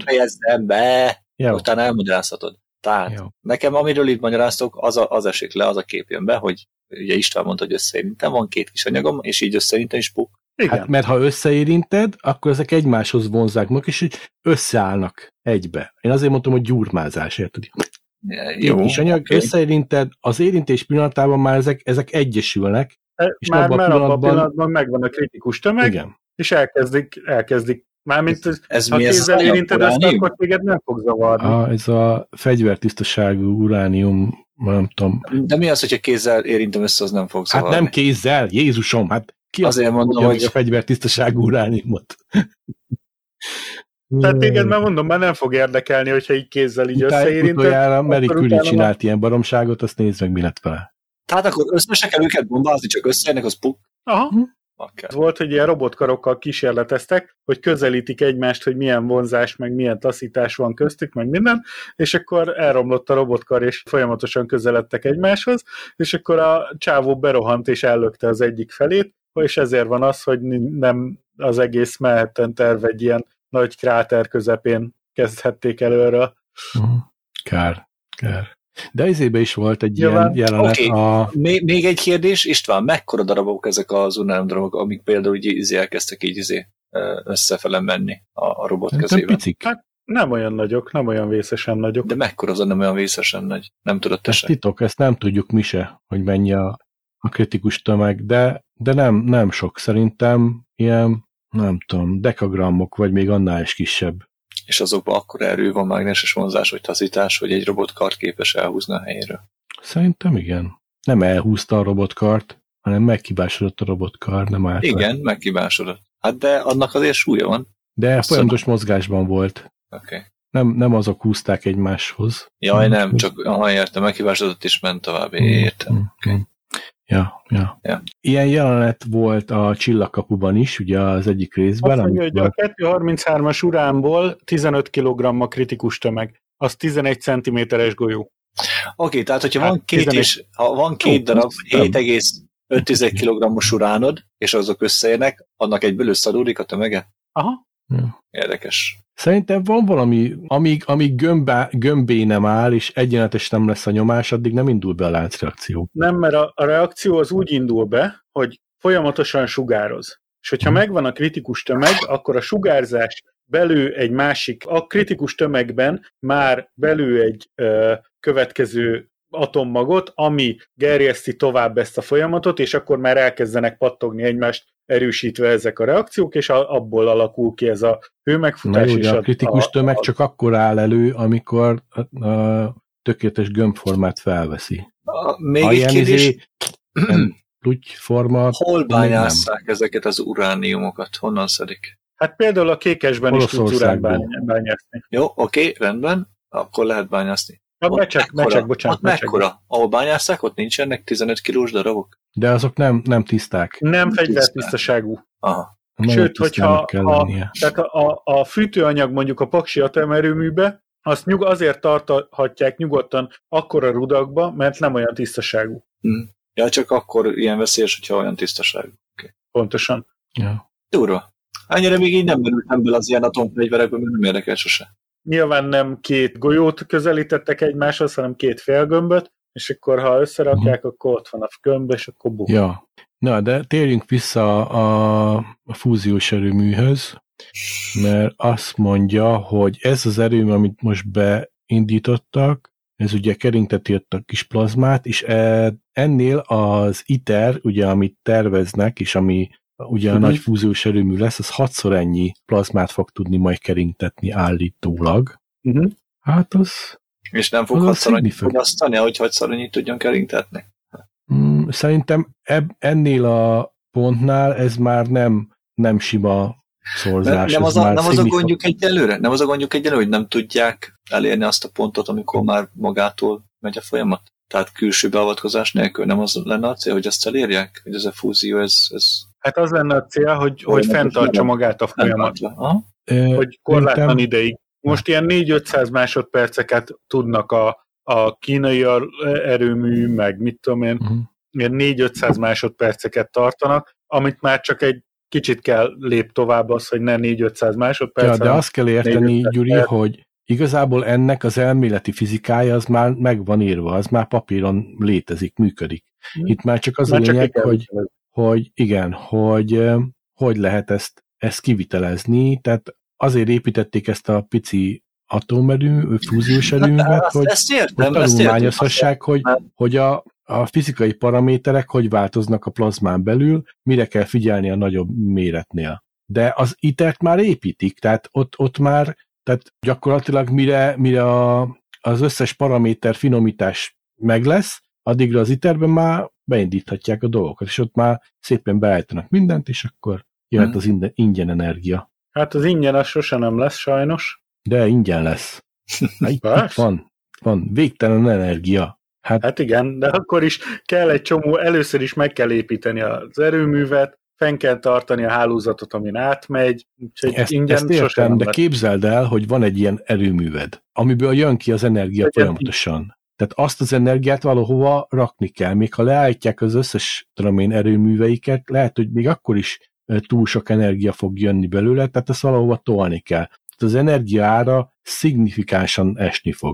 Speaker 2: Be, utána elmagyarázhatod. Tehát jó. Nekem, amiről itt magyaráztok, az, a, az esik le, az a kép jön be, hogy ugye István mondta, hogy összeérintem, van két kis anyagom, és így összeérintem, és puk.
Speaker 3: Igen. Hát, mert ha összeérinted, akkor ezek egymáshoz vonzák meg, és így összeállnak egybe. Én azért mondtam, hogy gyurmázás, érted? Jó. Kis anyag, okay. Összeérinted, az érintés pillanatában már ezek, ezek egyesülnek,
Speaker 1: e, és már abban a pillanatban, pillanatban megvan a kritikus tömeg, igen. És elkezdik, elkezdik Mármint, ez, ez ha kézzel érinted ezt, akkor téged nem fog zavarni.
Speaker 3: Ah, ez a fegyvertisztaságú uránium, nem tudom.
Speaker 2: De mi az, hogyha kézzel érintem össze, az nem fog zavarni?
Speaker 3: Hát nem kézzel, Jézusom, hát ki
Speaker 2: azért mondom, hogy
Speaker 3: a fegyvertisztaságú urániumot?
Speaker 1: Tehát téged már mondom, már nem fog érdekelni, hogyha így kézzel így összeérinted.
Speaker 3: Utoljára Marie Curie csinált ilyen baromságot, azt nézd meg, mi lett vele.
Speaker 2: Tehát akkor össze se kell őket bombázni, csak összeérnek, az puk.
Speaker 1: Aha. Hm? Okay. Volt, hogy ilyen robotkarokkal kísérleteztek, hogy közelítik egymást, hogy milyen vonzás, meg milyen taszítás van köztük, meg minden, és akkor elromlott a robotkar, és folyamatosan közeledtek egymáshoz, és akkor a csávó berohant, és ellökte az egyik felét, és ezért van az, hogy nem az egész Manhattan terv egy ilyen nagy kráter közepén kezdhették előről.
Speaker 3: Uh-huh. Kár, kár. De izébe is volt egy
Speaker 1: Nyilván.
Speaker 3: ilyen jelenet
Speaker 2: Okay.
Speaker 3: a...
Speaker 2: Még, még egy kérdés, István, mekkora darabok ezek az uránium darabok, amik például így izé elkezdtek így izé összefele menni a, a robot kezében?
Speaker 3: Picik.
Speaker 1: Hát nem olyan nagyok, nem olyan vészesen nagyok.
Speaker 2: De mekkora az a nem olyan vészesen nagy? Nem tudod te
Speaker 3: Ez
Speaker 2: se?
Speaker 3: titok, ezt nem tudjuk mi se, hogy mennyi a, a kritikus tömeg, de, de nem, nem sok. Szerintem ilyen, nem tudom, dekagrammok, vagy még annál is kisebb.
Speaker 2: És azokban akkora erő van, mágneses vonzás, vagy taszítás, hogy egy robotkart képes elhúzni a helyéről.
Speaker 3: Szerintem igen. Nem elhúzta a robotkart, hanem megkibásodott a robotkar, nem állt.
Speaker 2: Igen, megkibásodott. Hát de annak azért súlya van.
Speaker 3: De
Speaker 2: Azt
Speaker 3: folyamatos mozgásban volt.
Speaker 2: Oké. Okay.
Speaker 3: Nem, nem azok húzták egymáshoz.
Speaker 2: Jaj, nem, csak aha, értem, megkibásodott és ment tovább. Értem.
Speaker 3: Mm,
Speaker 2: Oké. Okay.
Speaker 3: Ja, ja,
Speaker 2: ja.
Speaker 3: Ilyen jelenet volt a Csillagkapuban is, ugye az egyik részben.
Speaker 1: Azt mondja,
Speaker 3: amikor...
Speaker 1: hogy a kettőszázharminchármas uránból tizenöt kilogramm a kritikus tömeg. Az tizenegy centiméteres golyó.
Speaker 2: Oké, okay, tehát hogyha
Speaker 1: hát
Speaker 2: van két, és, ha van két darab hét egész öt kilogrammos uránod, és azok összeérnek, annak egyből összeadódik a tömege?
Speaker 1: Aha.
Speaker 3: Ja.
Speaker 2: Érdekes.
Speaker 3: Szerintem van valami, amíg, amíg gömbá, gömbé nem áll, és egyenletes nem lesz a nyomás, addig nem indul be a láncreakció.
Speaker 1: Nem, mert a, a reakció az úgy indul be, hogy folyamatosan sugároz. És hogyha hmm. megvan a kritikus tömeg, akkor a sugárzás belül egy másik, a kritikus tömegben már belül egy ö, következő atommagot, ami gerjeszti tovább ezt a folyamatot, és akkor már elkezdenek pattogni egymást, erősítve ezek a reakciók, és a, abból alakul ki ez a hőmegfutás.
Speaker 3: Na jó,
Speaker 1: és
Speaker 3: a kritikus
Speaker 1: a,
Speaker 3: tömeg
Speaker 1: a,
Speaker 3: csak akkor áll elő, amikor a, a tökéletes gömbformát felveszi.
Speaker 2: A, még a egy kérdés.
Speaker 3: Forma,
Speaker 2: hol bányásszák ezeket az urániumokat? Honnan szedik?
Speaker 1: Hát például a kékesben is tudsz urán bányászni.
Speaker 2: Jó, oké, rendben, akkor lehet bányászni.
Speaker 1: A mecsek, mecsek, bocsánat.
Speaker 2: Ott mekkora? Ahol bányásszák, ott nincsenek tizenöt kilós darabok?
Speaker 3: De azok nem, nem tiszták.
Speaker 1: Nem fegyvertisztaságú.
Speaker 2: Aha.
Speaker 1: Sőt, hogyha a, tehát a, a, a fűtőanyag mondjuk a paksi atomerőműbe, azt nyug, azért tarthatják nyugodtan akkora rudakba, mert nem olyan tisztaságú.
Speaker 2: Hmm. Ja, csak akkor ilyen veszélyes, hogyha olyan tisztaságú. Okay.
Speaker 1: Pontosan.
Speaker 3: Ja.
Speaker 2: Durva. Annyira még így nem merültem bele az ilyen atomfegyverekből, mert nem érdekel sose.
Speaker 1: Nyilván nem két golyót közelítettek egymáshoz, hanem két félgömböt, és akkor ha összerakják, uh-huh. akkor ott van a gömb, és akkor buk.
Speaker 3: Ja. Na, de térjünk vissza a, a fúziós erőműhöz, mert azt mondja, hogy ez az erőmű, amit most beindítottak, ez ugye keringteti ott a kis plazmát, és ennél az ITER, ugye, amit terveznek, és ami ugye a uh-huh. nagy fúziós erőmű lesz, az hatszor ennyi plazmát fog tudni majd keringtetni állítólag.
Speaker 1: Uh-huh.
Speaker 3: Hát az...
Speaker 2: És nem fog hatszor annyit fogyasztani, ahogy hatszor annyit tudjon keringtetni?
Speaker 3: Mm, szerintem eb, ennél a pontnál ez már nem, nem sima szorzás.
Speaker 2: Nem, az a, nem az a
Speaker 3: szignifa...
Speaker 2: gondjuk egyelőre? Nem az a gondjuk egyelőre, hogy nem tudják elérni azt a pontot, amikor már magától megy a folyamat? Tehát külső beavatkozás nélkül nem az lenne a cél, hogy ezt elérják? Hogy ez a fúzió, ez... ez...
Speaker 1: Hát az lenne a cél, hogy, hogy fenntartsa magát a folyamat. Hogy korlátlan ideig. Most ilyen négy-ötszáz másodperceket tudnak a, a kínai erőmű, meg mit tudom én, uh-huh. ilyen négy-ötszáz másodperceket tartanak, amit már csak egy kicsit kell lép tovább az, hogy ne négy-ötszáz másodperc.
Speaker 3: Ja, de azt kell érteni, Gyuri, perc. Hogy igazából ennek az elméleti fizikája az már meg van írva, az már papíron létezik, működik. Itt már csak az már a lényeg, hogy, hogy igen, hogy hogy lehet ezt, ezt kivitelezni, tehát azért építették ezt a pici atomerő, fúziós erőművet, hogy, hogy tanulmányozhassák, hogy, hogy a, a fizikai paraméterek hogy változnak a plazmán belül, mire kell figyelni a nagyobb méretnél. De az ITER-t már építik, tehát ott, ott már tehát gyakorlatilag mire, mire a, az összes paraméter finomítás meg lesz, addigra az ITER-ben már beindíthatják a dolgokat, és ott már szépen beállítanak mindent, és akkor jöhet hmm. az ingyen energia.
Speaker 1: Hát az ingyen az sose nem lesz, sajnos.
Speaker 3: De ingyen lesz. Hát, van, van végtelen energia. Hát,
Speaker 1: hát igen, de akkor is kell egy csomó, először is meg kell építeni az erőművet, fenn kell tartani a hálózatot, amin átmegy, úgyhogy
Speaker 3: ezt,
Speaker 1: ingyen
Speaker 3: ezt értem,
Speaker 1: sosem
Speaker 3: de
Speaker 1: lesz.
Speaker 3: Képzeld el, hogy van egy ilyen erőműved, amiből jön ki az energia Egyen folyamatosan. Tehát azt az energiát valahova rakni kell. Még ha leállítják az összes tudom én, erőműveiket, lehet, hogy még akkor is túl sok energia fog jönni belőle, tehát ezt valahova tolni kell. Tehát az energia ára szignifikánsan esni fog.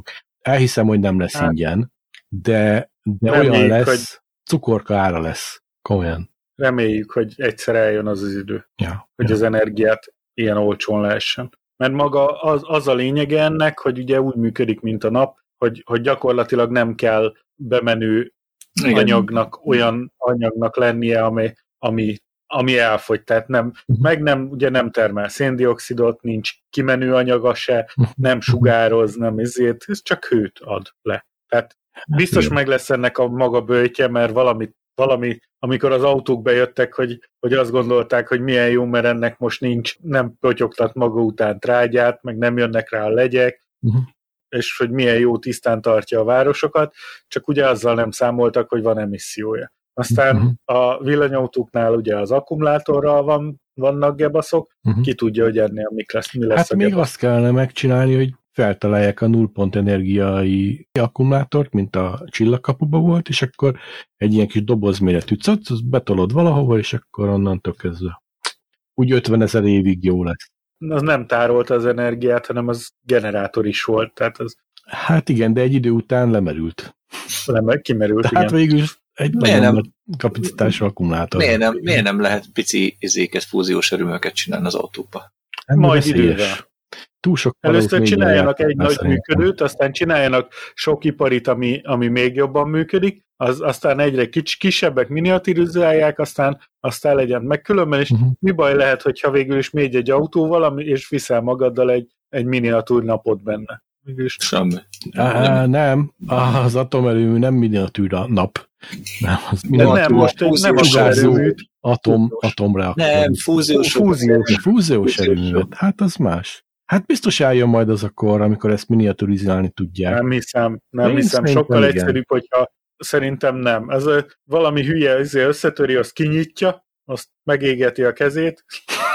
Speaker 3: elhiszem, hogy nem lesz hát, ingyen, de, de
Speaker 1: reméljük,
Speaker 3: olyan lesz,
Speaker 1: hogy,
Speaker 3: cukorka ára lesz. Komolyan.
Speaker 1: Reméljük, hogy egyszer eljön az az idő,
Speaker 3: ja,
Speaker 1: hogy
Speaker 3: ja.
Speaker 1: az energiát ilyen olcsón lehessen. Mert maga az, az a lényege ennek, hogy ugye úgy működik, mint a nap, hogy, hogy gyakorlatilag nem kell bemenő igen. anyagnak, olyan anyagnak lennie, ami, ami, ami elfogy. Tehát nem, uh-huh. meg nem, ugye nem termel széndioxidot, nincs kimenő anyaga se, nem sugároz, nem ezért, ez csak hőt ad le. Tehát biztos meg lesz ennek a maga böjtje, mert valami, valami amikor az autók bejöttek, hogy, hogy azt gondolták, hogy milyen jó, mert ennek most nincs, nem pötyogtat maga után trágyát, meg nem jönnek rá a legyek, uh-huh. és hogy milyen jó tisztán tartja a városokat, csak ugye azzal nem számoltak, hogy van emissziója. Aztán uh-huh. a villanyautóknál ugye az akkumulátorral van, vannak gebaszok, uh-huh. ki tudja, hogy ennél mik lesz, mi lesz
Speaker 3: hát
Speaker 1: a
Speaker 3: még
Speaker 1: gebasz.
Speaker 3: Azt kellene megcsinálni, hogy feltalálják a nullpont energiai akkumulátort, mint a csillagkapuba volt, és akkor egy ilyen kis dobozméretű cac, azt betolod valahova, és akkor onnantól kezdve. Úgy ötvenezer évig jó lesz.
Speaker 1: Az nem tárolta az energiát, hanem az generátor is volt. Tehát az
Speaker 3: hát igen, de egy idő után lemerült.
Speaker 1: Lemer, kimerült,
Speaker 3: tehát
Speaker 1: igen.
Speaker 3: végül egy
Speaker 2: miért
Speaker 3: nagyon
Speaker 2: nem,
Speaker 3: kapacitású akkumulátor.
Speaker 2: Miért nem, miért nem lehet pici izéket, fúziós erőműveket csinálni az autókba?
Speaker 3: Hát
Speaker 1: majd idővel.
Speaker 3: Túl sok
Speaker 1: Először csináljanak egy nagy működőt, aztán csináljanak sok iparit, ami, ami még jobban működik, az, aztán egyre kis, kisebbek miniaturizálják, aztán, aztán legyen meg. Különben is uh-huh. mi baj lehet, hogyha végül is mégy egy autóval, és viszel magaddal egy, egy miniatúr napot benne. Mégis.
Speaker 2: Semmi.
Speaker 3: Á, nem, az atomerőmű nem miniatúra nap. Nem, az
Speaker 1: nem, most egy nem az erőműt.
Speaker 3: Atom, atomreaktor.
Speaker 2: Nem, fúziós.
Speaker 3: Fúziós, fúziós erőművet. Hát az más. Hát biztos eljön majd az akkor, amikor ezt miniaturizálni tudják.
Speaker 1: Nem hiszem, nem Én hiszem. Sokkal igen. egyszerűbb, hogyha szerintem nem. Ez a, valami hülye összetöri, azt kinyitja, azt megégeti a kezét.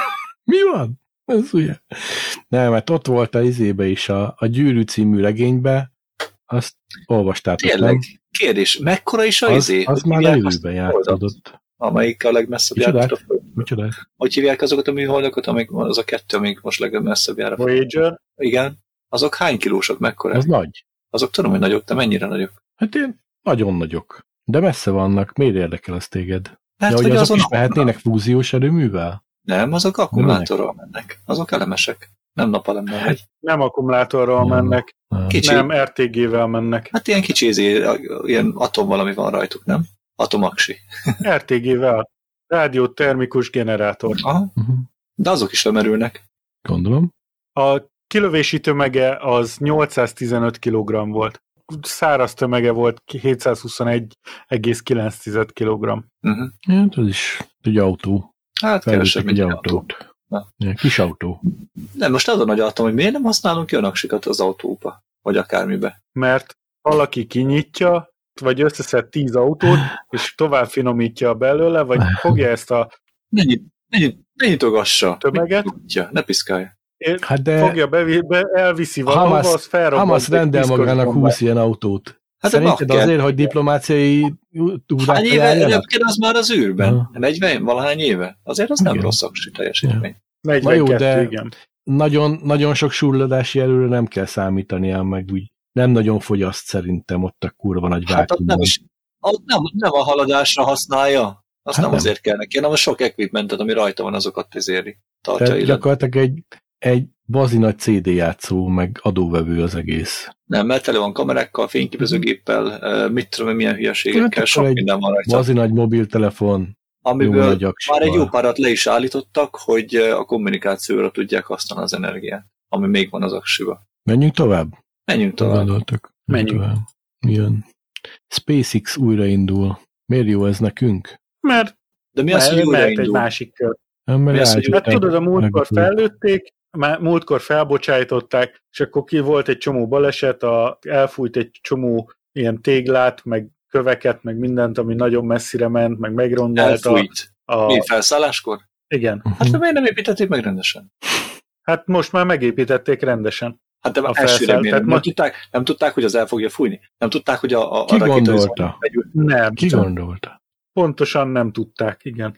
Speaker 3: Mi van? Ez ugye. Nem, mert ott volt a izébe is, a, a Gyűrű című regénybe, azt olvastátok,
Speaker 2: tényleg,
Speaker 3: nem?
Speaker 2: Kérdés, mekkora is a
Speaker 3: az,
Speaker 2: izé?
Speaker 3: Az már előben játszódott.
Speaker 2: Amelyik a legmesszebb jár.
Speaker 3: Micsoda?
Speaker 2: Hogy hívják azokat a műholdakat, amik az a kettő, amik most legmesszebb jár?
Speaker 1: Voyager?
Speaker 2: Igen. Azok hány kilósok, mekkora?
Speaker 3: Az nagy.
Speaker 2: Azok tudom, hogy nagyok, de mennyire nagyok?
Speaker 3: Hát én nagyon nagyok. De messze vannak. Miért érdekel az téged?
Speaker 2: Hát,
Speaker 3: ja, hogy azok
Speaker 2: azon
Speaker 3: is mehetnének fúziós erőművel?
Speaker 2: Nem, azok akkumulátorral mennek. Azok elemesek. Nem napelemmel megy.
Speaker 1: Nem akkumulátorral ja. mennek.
Speaker 2: Kicsi.
Speaker 1: Nem, er té gé-vel mennek.
Speaker 2: Hát ilyen kicsi, ilyen atom valami van rajtuk, nem? Atomaksi.
Speaker 1: er té gé-vel. Rádiótermikus generátor.
Speaker 2: Aha. Uh-huh. De azok is lemerülnek.
Speaker 3: Gondolom.
Speaker 1: A kilövési tömege az nyolcszáztizenöt kilogramm volt. Száraz tömege volt hétszázhuszonegy egész kilenc kilogramm.
Speaker 2: Uh-huh.
Speaker 3: Hát ez is egy autó.
Speaker 2: Hát kevesebb, mint egy autót.
Speaker 3: Ja, kis autó.
Speaker 2: Nem, most az a nagy atom, hogy miért nem használunk ki a naksikat az autóba? Vagy akármibe?
Speaker 1: Mert valaki kinyitja, vagy összeszed tíz autót, és tovább finomítja belőle, vagy fogja ezt a
Speaker 2: ne, nyit, ne, nyit, ne nyitogassa.
Speaker 1: Tömeget.
Speaker 2: Ja, ne piszkálja.
Speaker 3: Hát de
Speaker 1: fogja, be, be, elviszi valahova, az felrobbant.
Speaker 3: Hamas rendel magának húsz ilyen autót. Hát szerinted azért, hogy diplomáciai túrát
Speaker 2: hány éve repked az már az űrben? Uh-huh. negyven valahány éve? Azért az igen. Nem rossz aksi teljesítmény.
Speaker 1: negyvenkettő, jó, de igen.
Speaker 3: Nagyon, nagyon sok surladási erőre nem kell számítania, meg úgy nem nagyon fogyaszt szerintem ott a kurva nagy vákumban.
Speaker 2: Hát nem, is, nem, nem a haladásra használja. Azt hát nem, nem azért kell neki, hanem a sok equipmentet, ami rajta van, azokat tizéri. Tartja. Tehát
Speaker 3: gyakorlatilag egy, egy bazi nagy cé dé játszó, meg adóvevő az egész.
Speaker 2: Nem, mert tele van kamerákkal, fényképezőgéppel, mit tudom, milyen hülyeségekkel, sok minden van rajta.
Speaker 3: Bazi nagy mobiltelefon,
Speaker 2: amiből már egy jó párat le is állítottak, hogy a kommunikációra tudják használni az energiát, ami még van az aksiba.
Speaker 3: Menjünk tovább?
Speaker 2: Menjünk tovább.
Speaker 3: Menjünk. Menjünk tovább. Milyen? SpaceX újraindul. Miért jó ez nekünk?
Speaker 1: Mert,
Speaker 2: De mi az, hogy újraindul?
Speaker 1: Egy másik kör.
Speaker 3: Nem, mert
Speaker 1: az, hát tudod, a múltkor fellőtték, múltkor felbocsájtották, és akkor ki volt egy csomó baleset, a, elfújt egy csomó ilyen téglát, meg köveket, meg mindent, ami nagyon messzire ment, meg megrongálta.
Speaker 2: Elfújt. A... Mi felszálláskor?
Speaker 1: Igen.
Speaker 2: Hát de miért nem építették meg rendesen?
Speaker 1: Hát most már megépítették rendesen.
Speaker 2: Hát de elsőre miért? Nem, ma... tudták, nem tudták, hogy az el fogja fújni? Nem tudták, hogy a, a,
Speaker 3: Ki
Speaker 2: a
Speaker 3: gondolta?
Speaker 1: Nem.
Speaker 3: Ki gondolta?
Speaker 1: Pontosan nem tudták, igen.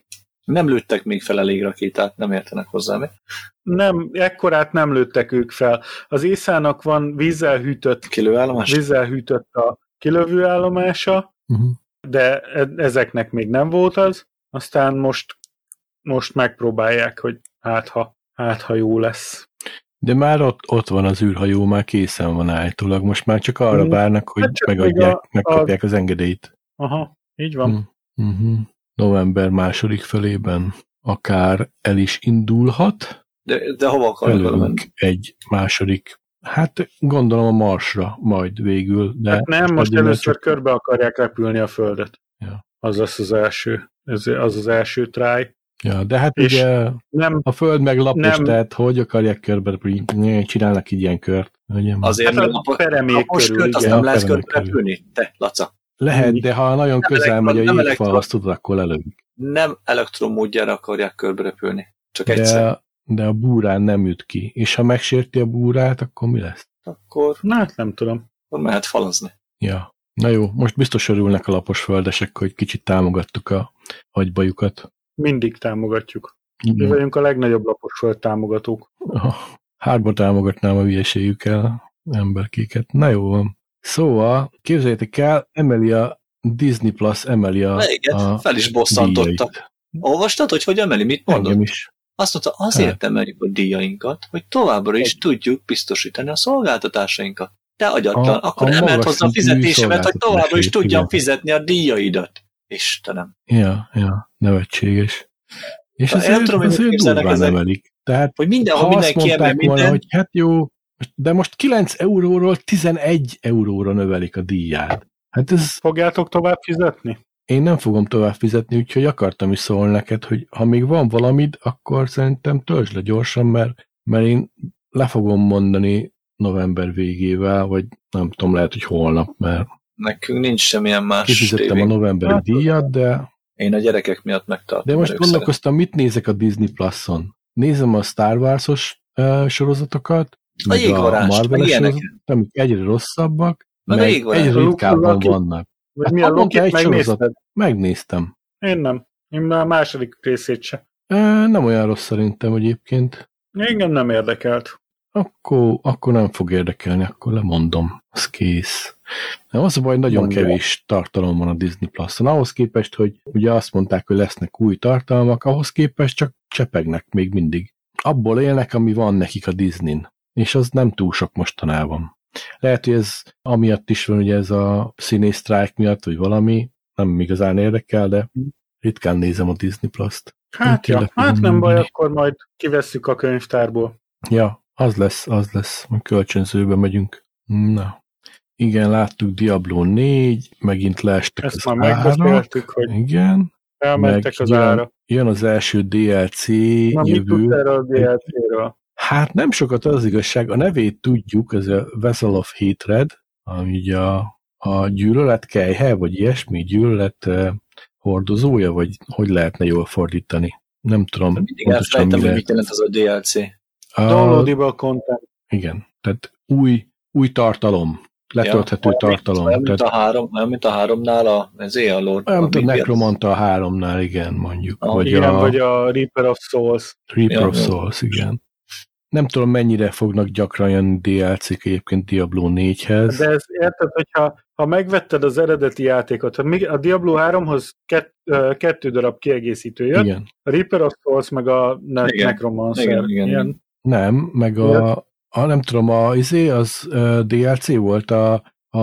Speaker 2: Nem lőttek még fel elég rakétát, nem értenek hozzá mi?
Speaker 1: Nem, ekkorát nem lőttek ők fel. Az észának van vízzel hűtött,
Speaker 2: kilövőállomás?
Speaker 1: Vízzel hűtött a kilövőállomása, uh-huh. de ezeknek még nem volt az. Aztán most, most megpróbálják, hogy hát ha, hát ha jó lesz.
Speaker 3: De már ott, ott van az űrhajó, már készen van állítólag. Most már csak arra várnak, hogy hát megadják, a, megkapják a... az engedélyt.
Speaker 1: Aha, így van.
Speaker 3: Uh-huh. November második felében akár el is indulhat.
Speaker 2: De, de hova akarnak menni?
Speaker 3: Egy második, hát gondolom a Marsra majd végül. De
Speaker 1: hát nem, most először csak... körbe akarják repülni a Földet.
Speaker 3: Ja.
Speaker 1: Az lesz az első, ez az az első try.
Speaker 3: Ja, de hát és ugye nem, a Föld meg lapos, nem, tehát hogy akarják körbe repülni? Csinálnak így ilyen kört. Ugye?
Speaker 2: Azért hát a peremék körül, kört, azt nem lesz körbe repülni. Te, Laca.
Speaker 3: Lehet, de ha nagyon nem közel megy a jégfal, azt tudod, akkor lelődik.
Speaker 2: Nem elektrommódjára akarják körbe repülni. Csak
Speaker 3: de,
Speaker 2: egyszer.
Speaker 3: De a búrán nem üt ki. És ha megsérti a búrát, akkor mi lesz?
Speaker 2: Akkor...
Speaker 1: Na, hát nem tudom.
Speaker 2: Akkor mehet falazni.
Speaker 3: Ja. Na jó, most biztos örülnek a lapos földesek, hogy kicsit támogattuk a agybajukat.
Speaker 1: Mindig támogatjuk. Mi vagyunk a legnagyobb lapos föld támogatók.
Speaker 3: Hárba támogatnám a hülyeségükkel emberkéket. Na jó van. Szóval, képzeljétek el, emeli a Disney Plus, emeli a,
Speaker 2: a fel is bosszantotta. Olvastad, hogy hogy emeli? Mit mondod?
Speaker 3: Engem is.
Speaker 2: Azt mondta, azért hát. emeljük a díjainkat, hogy továbbra is tudjuk biztosítani a szolgáltatásainkat. Te agyatlan, a, akkor a emelt hozzá a fizetésemet, hogy továbbra is tudjam igen. fizetni a díjaidat. Istenem.
Speaker 3: Ja, ja, nevetséges. És azért, nem tudom, azért durván emelik. Tehát,
Speaker 2: hogy mindenhol mindenki emel minden...
Speaker 3: volna, hogy hát jó, de most kilenc euróról tizenegy euróra növelik a díját. Hát ez...
Speaker 1: Fogjátok tovább fizetni?
Speaker 3: Én nem fogom tovább fizetni, úgyhogy akartam is szólni neked, hogy ha még van valamid, akkor szerintem töltsd le gyorsan, mert, mert én le fogom mondani november végével, vagy nem tudom, lehet, hogy holnap, mert
Speaker 2: nekünk nincs semmilyen más
Speaker 3: kifizettem tévénk. A novemberi hát, díjat, de...
Speaker 2: Én a gyerekek miatt megtartom.
Speaker 3: De most gondolkoztam, mit nézek a Disney Plus-on. Nézem a Star Wars-os uh, sorozatokat,
Speaker 2: a meg a
Speaker 3: Marvel-es sorozatokat, amik egyre rosszabbak, meg, meg egyre ritkábban vannak.
Speaker 1: Vagy milyen Lokit megnézted?
Speaker 3: Megnéztem.
Speaker 1: Én nem. Én már a második részét sem.
Speaker 3: E, nem olyan rossz szerintem egyébként.
Speaker 1: Engem nem érdekelt.
Speaker 3: Akkor, akkor nem fog érdekelni, akkor lemondom. Az kész. Nem, az a baj, nagyon Mondja. kevés tartalom van a Disney Plus-on. Ahhoz képest, hogy ugye azt mondták, hogy lesznek új tartalmak, ahhoz képest csak csepegnek még mindig. Abból élnek, ami van nekik a Disneyn. És az nem túl sok mostanában. Lehet, hogy ez amiatt is van, ugye ez a színésztrájk miatt, vagy valami, nem igazán érdekel, de ritkán nézem a Disney Plus-t.
Speaker 1: Hát ja, hát nem mondani. Baj, akkor majd kivesszük a könyvtárból.
Speaker 3: Ja, az lesz, az lesz, hogy kölcsönzőbe megyünk. Na. Igen, láttuk Diablo négy, megint leestek
Speaker 1: ezt
Speaker 3: az
Speaker 1: már megbeszéltük, hogy
Speaker 3: igen.
Speaker 1: elmentek az
Speaker 3: jön,
Speaker 1: ára.
Speaker 3: Jön az első dé el cé
Speaker 1: Na,
Speaker 3: jövő.
Speaker 1: mit tudsz erről a dé el cé-ről?
Speaker 3: Hát nem sokat az igazság, a nevét tudjuk, ez a Vessel of Hatred, ami a, a gyűlölet kelyhe, vagy ilyesmi, gyűlölet uh, hordozója, vagy hogy lehetne jól fordítani. Nem tudom.
Speaker 2: De mindig elfelejtem, hogy mit jelent az a dé el cé.
Speaker 3: A,
Speaker 1: Downloadable content.
Speaker 3: Igen, tehát új, új tartalom, letölthető ja, tartalom.
Speaker 2: Olyan, mint a, három, olyan, mint a háromnál a, ez a Lord.
Speaker 3: Olyan, mint a Necromanta a háromnál, igen, mondjuk.
Speaker 1: Ah,
Speaker 3: vagy,
Speaker 1: igen,
Speaker 3: a,
Speaker 1: vagy a Reaper of Souls.
Speaker 3: Reaper
Speaker 2: ja,
Speaker 3: of Souls, igen. Nem tudom, mennyire fognak gyakran jönni dé el cé-k egyébként Diablo négyhez.
Speaker 1: De ez érted, hogyha ha megvetted az eredeti játékot, a Diablo háromhoz kett, kettő darab kiegészítő jött, igen. A Reaper of Souls meg a ne- Necromancer.
Speaker 2: Igen, igen, igen.
Speaker 3: Nem, meg a, a nem tudom, a, izé, az uh, dé el cé volt a, a,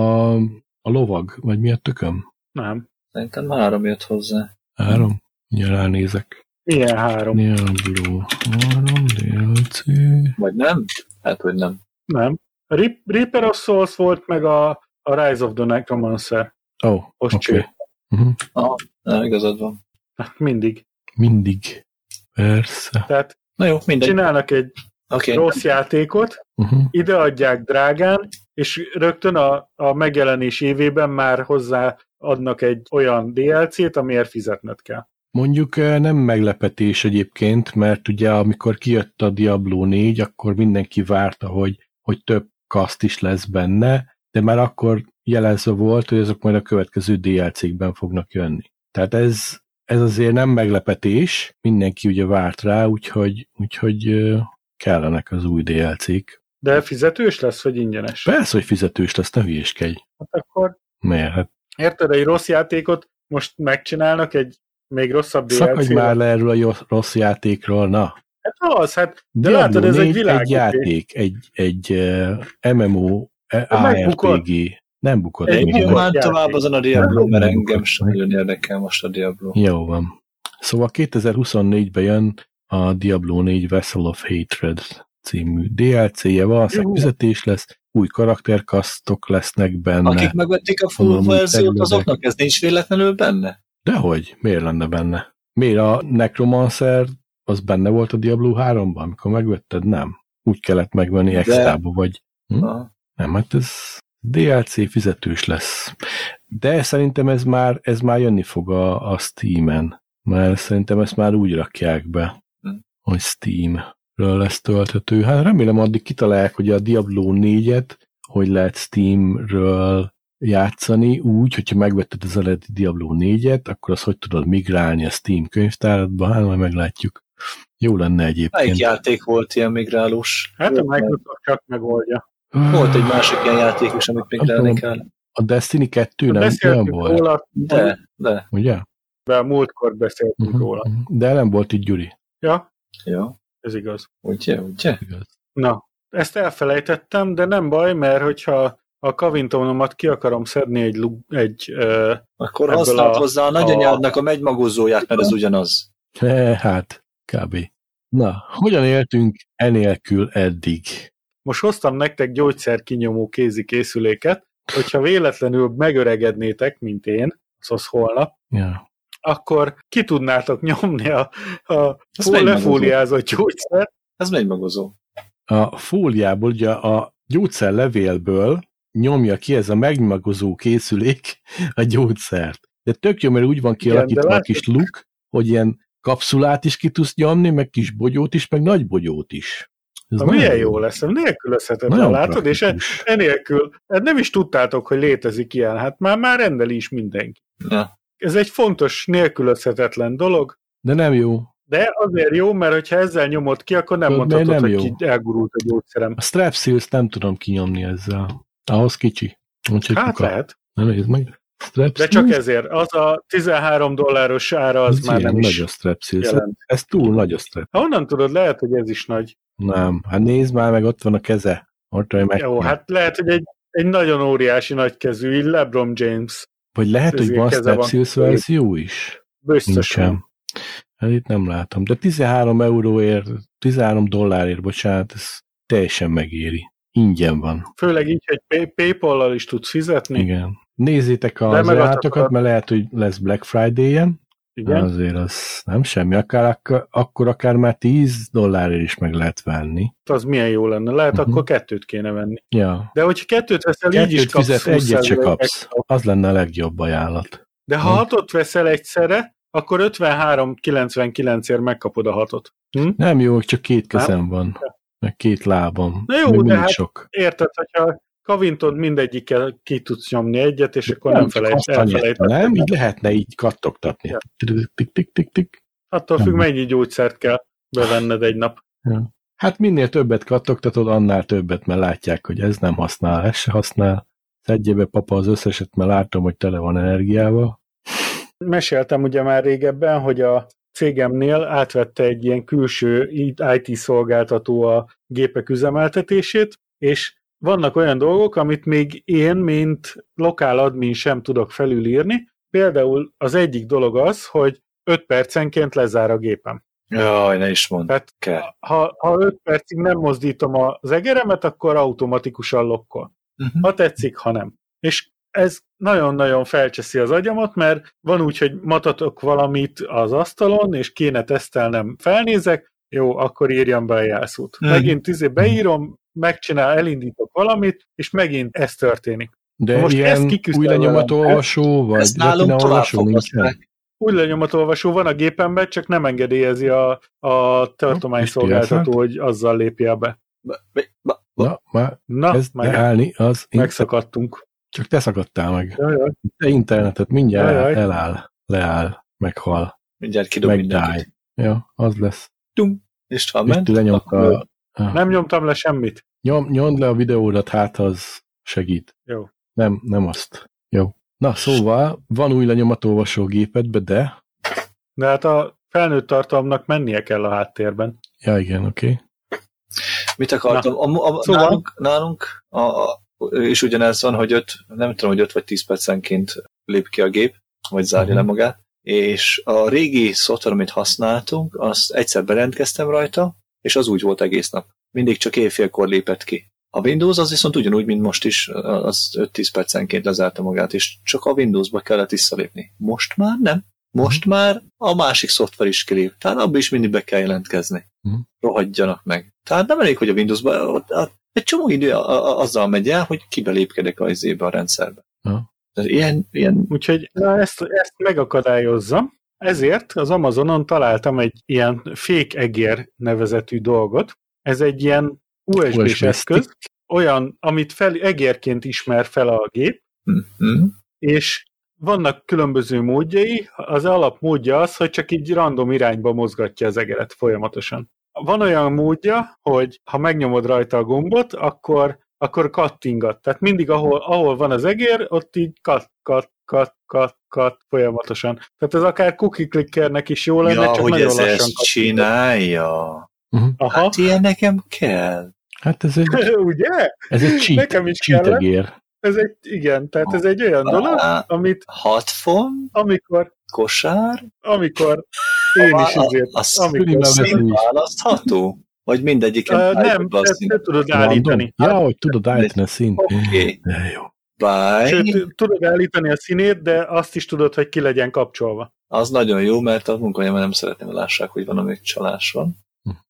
Speaker 3: a lovag, vagy mi a tököm?
Speaker 1: Nem.
Speaker 2: Szerintem három jött hozzá.
Speaker 3: Három? Ugye ránézek.
Speaker 1: Ilyen három.
Speaker 3: Diablo három, dé el cé.
Speaker 2: Vagy nem? Hát, hogy nem.
Speaker 1: Nem. A Re- Reaper of Souls volt, meg a, a Rise of the Necromancer.
Speaker 3: Ó, oh, oké. Okay. Uh-huh.
Speaker 2: Ah, nem, igazad van.
Speaker 1: Hát mindig.
Speaker 3: Mindig. Persze.
Speaker 1: Tehát
Speaker 2: na jó, mindegy.
Speaker 1: Csinálnak egy okay. rossz játékot, uh-huh. ideadják drágán, és rögtön a, a megjelenés évében már hozzá adnak egy olyan dé el cé-t, amiért fizetned kell.
Speaker 3: Mondjuk nem meglepetés egyébként, mert ugye amikor kijött a Diablo négy, akkor mindenki várta, hogy, hogy több kaszt is lesz benne, de már akkor jelezve volt, hogy azok majd a következő dé el cé-kben fognak jönni. Tehát ez, ez azért nem meglepetés, mindenki ugye várt rá, úgyhogy, úgyhogy kellenek az új dé el cé-k.
Speaker 1: De fizetős lesz, vagy ingyenes?
Speaker 3: Persze, hogy fizetős lesz, ne hülyéskedj.
Speaker 1: Hát akkor...
Speaker 3: Miért? Hát...
Speaker 1: Érted, egy rossz játékot most megcsinálnak egy még rosszabb dé el cé-vel?
Speaker 3: Szakadj már le erről a rossz játékról, na.
Speaker 1: Hát az, hát, de
Speaker 3: Diablo
Speaker 1: látod, ez egy világ.
Speaker 3: Egy játék, egy, egy uh, em em o, á er pé gé. Nem bukott.
Speaker 2: Egy
Speaker 3: még.
Speaker 2: már tovább azon a Diablo, mert engem sem nagyon érdekel most a Diablo.
Speaker 3: Jó van. Szóval kétezer-huszonnégyben jön a Diablo négy Vessel of Hatred című dé el cé-je, valószínűleg fizetés lesz, új karakterkasztok lesznek benne.
Speaker 2: Akik megvették a full verziót, azoknak ez nincs véletlenül benne?
Speaker 3: Dehogy, miért lenne benne? Miért a Necromancer az benne volt a Diablo háromban, amikor megvetted? Nem. Úgy kellett megvenni De... extrába, vagy... Hm? Nem, hát ez dé el cé fizetős lesz. De szerintem ez már, ez már jönni fog a, a Steam-en. Mert szerintem ezt már úgy rakják be, hm. hogy Steam-ről lesz tölthető. Hát remélem addig kitalálják, hogy a Diablo négyet, hogy lehet Steam-ről játszani úgy, hogyha megvetted az eredeti Diablo négyet, akkor azt hogy tudod migrálni a Steam könyvtáradba? Hát majd meglátjuk. Jó lenne egyébként.
Speaker 2: Melyik játék volt ilyen migrálós?
Speaker 1: Hát a Microsoft csak megoldja.
Speaker 2: Volt egy másik ilyen játék is, amit migrálni kell.
Speaker 3: A Destiny kettő nem olyan volt?
Speaker 1: Róla,
Speaker 2: de, de.
Speaker 3: Ugye?
Speaker 1: De múltkor beszéltünk uh-huh. róla.
Speaker 3: De nem volt itt Gyuri.
Speaker 1: Ja?
Speaker 2: Ja.
Speaker 1: Ez igaz.
Speaker 2: Ugye, ugye?
Speaker 3: Igaz.
Speaker 1: Na, ezt elfelejtettem, de nem baj, mert hogyha a Kavintonomat ki akarom szedni egy... egy uh,
Speaker 2: akkor használd a, hozzá a nagyanyádnak a, a megymagozóját, mert ez ugyanaz.
Speaker 3: Hát, kb. Na, hogyan éltünk enélkül eddig?
Speaker 1: Most hoztam nektek gyógyszerkinyomó kézi készüléket, hogyha véletlenül megöregednétek, mint én, az holnap,
Speaker 3: ja.
Speaker 1: akkor ki tudnátok nyomni a, a lefóliázott gyógyszert.
Speaker 2: Ez megymagozó.
Speaker 3: A fóliából, ugye a gyógyszerlevélből nyomja ki ez a megmagozó készülék a gyógyszert. De tök jó, mert úgy van kialakítva a kis luk, hogy ilyen kapszulát is ki tudsz nyomni, meg kis bogyót is, meg nagy bogyót is.
Speaker 1: Ez milyen jó, jó lesz, nélkülözhetetlen, látod, és enélkül nem is tudtátok, hogy létezik ilyen, hát már, már rendeli is mindenki.
Speaker 2: Ja.
Speaker 1: Ez egy fontos, nélkülözhetetlen dolog.
Speaker 3: De nem jó.
Speaker 1: De azért jó, mert hogyha ezzel nyomod ki, akkor nem mondhatod, nem hogy ki elgurult a gyógyszerem.
Speaker 3: A Strepsils nem tudom kinyomni ezzel. Ahhoz kicsi. Úgyhogy
Speaker 1: hát
Speaker 3: kuka.
Speaker 1: lehet.
Speaker 3: Nem nézd meg.
Speaker 1: De csak ezért. Az a tizenhárom dolláros ára az ez már nem is
Speaker 3: nagy a Strepsils. Ez, ez túl nagy a Strepsils.
Speaker 1: Honnan tudod, lehet, hogy ez is nagy.
Speaker 3: Nem. Hát nézd már meg, ott van a keze. Ott meg
Speaker 1: jó, hát lehet, hogy egy, egy nagyon óriási nagy kezű, LeBron James.
Speaker 3: Vagy lehet, hogy van Strepsils verzió is?
Speaker 1: Biztosan.
Speaker 3: Hát itt nem látom. De tizenhárom euróért, tizenhárom dollárért, bocsánat, ez teljesen megéri. Ingyen van.
Speaker 1: Főleg így, hogy PayPal-lal is tudsz fizetni.
Speaker 3: Igen. Nézzétek az állatokat, mert lehet, hogy lesz Black Friday-en. Igen. Azért az nem semmi. Akár, akkor akár már tíz dollárért is meg lehet venni.
Speaker 1: Az milyen jó lenne. Lehet, uh-huh. akkor kettőt kéne venni.
Speaker 3: Ja.
Speaker 1: De hogyha kettőt veszel,
Speaker 3: kettőt
Speaker 1: így is kapsz.
Speaker 3: Fizet, egyet se kapsz. Az lenne a legjobb ajánlat.
Speaker 1: De ha hm? hatot veszel egyszerre, akkor ötvenhárom kilencvenkilencért megkapod a hatot. Hm?
Speaker 3: Nem jó, csak két kezem nem? van. Meg két lábam.
Speaker 1: Na jó, de hát sok. Érted, hogyha kavintod mindegyikkel ki tudsz nyomni egyet, és akkor nem, nem felejt, elfelejted.
Speaker 3: Nem, így lehetne így kattogtatni. Ja. Tik, tik, tik, tik.
Speaker 1: Attól függ, mennyi gyógyszert kell bevenned egy nap.
Speaker 3: Ja. Hát minél többet kattogtatod, annál többet, mert látják, hogy ez nem használ, ez se használ. Szedje be, papa, az összeset, mert látom, hogy tele van energiával.
Speaker 1: Meséltem ugye már régebben, hogy a cégemnél átvette egy ilyen külső i té szolgáltató a gépek üzemeltetését, és vannak olyan dolgok, amit még én, mint lokál admin sem tudok felülírni. Például az egyik dolog az, hogy öt percenként lezár a gépem.
Speaker 2: Jaj, ne is mondd.
Speaker 1: Tehát
Speaker 2: kell.
Speaker 1: Ha, ha öt percig nem mozdítom az egeremet, akkor automatikusan lokkol. Uh-huh. Ha tetszik, ha nem. És ez nagyon-nagyon felcseszi az agyamat, mert van úgy, hogy matatok valamit az asztalon, és kéne tesztelnem, felnézek, jó, akkor írjam be a jelszót. Hmm. Megint izé beírom, megcsinál, elindítok valamit, és megint ez történik.
Speaker 3: De most ilyen új lenyomatolvasó, vagy
Speaker 2: ezt nálunk tovább fokozták.
Speaker 1: Új lenyomatolvasó van a gépemben, csak nem engedélyezi a, a tartományszolgáltató, hogy azzal lépje be.
Speaker 3: Na, már
Speaker 1: Na,
Speaker 3: kezd
Speaker 1: meg
Speaker 3: állni, az
Speaker 1: megszakadtunk.
Speaker 3: Csak te szakadtál meg.
Speaker 1: Jaj, jaj.
Speaker 3: Te internetet mindjárt
Speaker 1: jaj, jaj.
Speaker 3: eláll, leáll, meghal.
Speaker 2: mindjárt kidob mindenkit.
Speaker 3: Ja, az lesz.
Speaker 2: Tum, István ment.
Speaker 3: Lenyomta,
Speaker 1: nem nyomtam le semmit.
Speaker 3: Nyom, nyomd le a videódat, hát az segít.
Speaker 1: Jó.
Speaker 3: Nem, nem azt. Jó. Na, szóval van új lenyomatolvasógépedbe, de...
Speaker 1: De hát a felnőtt tartalomnak mennie kell a háttérben.
Speaker 3: Ja, igen, oké. Okay.
Speaker 2: Mit akartam? A, a, szóval... Nálunk, nálunk a, a, és ugyanez van, hogy öt, nem tudom, hogy öt vagy tíz percenként lép ki a gép, vagy zárja uh-huh. le magát, és a régi szoftver, amit használtunk, azt egyszer berendkeztem rajta, és az úgy volt egész nap. Mindig csak éjfélkor lépett ki. A Windows az viszont ugyanúgy, mint most is, az öt-tíz percenként lezárta magát, és csak a Windowsba kellett visszalépni. Most már nem. Most uh-huh. már a másik szoftver is kilép. Tehát abban is mindig be kell jelentkezni. Uh-huh. Rohadjanak meg. Tehát nem elég, hogy a Windowsba egy csomó idő azzal megy el, hogy kibelépkedek az izébe a rendszerbe. Uh-huh. Ilyen, ilyen...
Speaker 1: Úgyhogy na, ezt, ezt megakadályozzam. Ezért az Amazonon találtam egy ilyen fake egér nevezetű dolgot. Ez egy ilyen u es bé-s eszköz, olyan, amit fel, egérként ismer fel a gép,
Speaker 2: mm-hmm.
Speaker 1: és vannak különböző módjai. Az alapmódja az, hogy csak így random irányba mozgatja az egeret folyamatosan. Van olyan módja, hogy ha megnyomod rajta a gombot, akkor, akkor kattingat. Tehát mindig, ahol, ahol van az egér, ott így kat, kat, kat, kat, kat folyamatosan. Tehát ez akár cookie clickernek is jó lenne,
Speaker 2: ja,
Speaker 1: csak
Speaker 2: hogy
Speaker 1: nagyon
Speaker 2: ez
Speaker 1: lassan
Speaker 2: ezt csinálja.
Speaker 3: Uh-huh.
Speaker 2: Aha. Hát ilyen nekem kell.
Speaker 3: Hát ez egy...
Speaker 1: Ugye?
Speaker 3: Ez egy cheat,
Speaker 1: nekem is
Speaker 3: cheat egér.
Speaker 1: Ez egy, igen, tehát ez egy olyan dolog, amit...
Speaker 2: Hat font?
Speaker 1: Amikor...
Speaker 2: Kosár?
Speaker 1: Amikor én is azért...
Speaker 2: Azt
Speaker 1: amikor
Speaker 2: szín választható? Vagy mindegyiken?
Speaker 1: Uh, nem, ezt te tudod állítani.
Speaker 3: Ja, hogy tudod állítani a színt.
Speaker 2: Oké. Okay.
Speaker 3: De jó.
Speaker 2: Bye.
Speaker 1: Sőt, tudod állítani a színét, de azt is tudod, hogy ki legyen kapcsolva.
Speaker 2: Az nagyon jó, mert a munkahelyemben nem szeretném, hogy lássák, hogy van, amíg csalás van.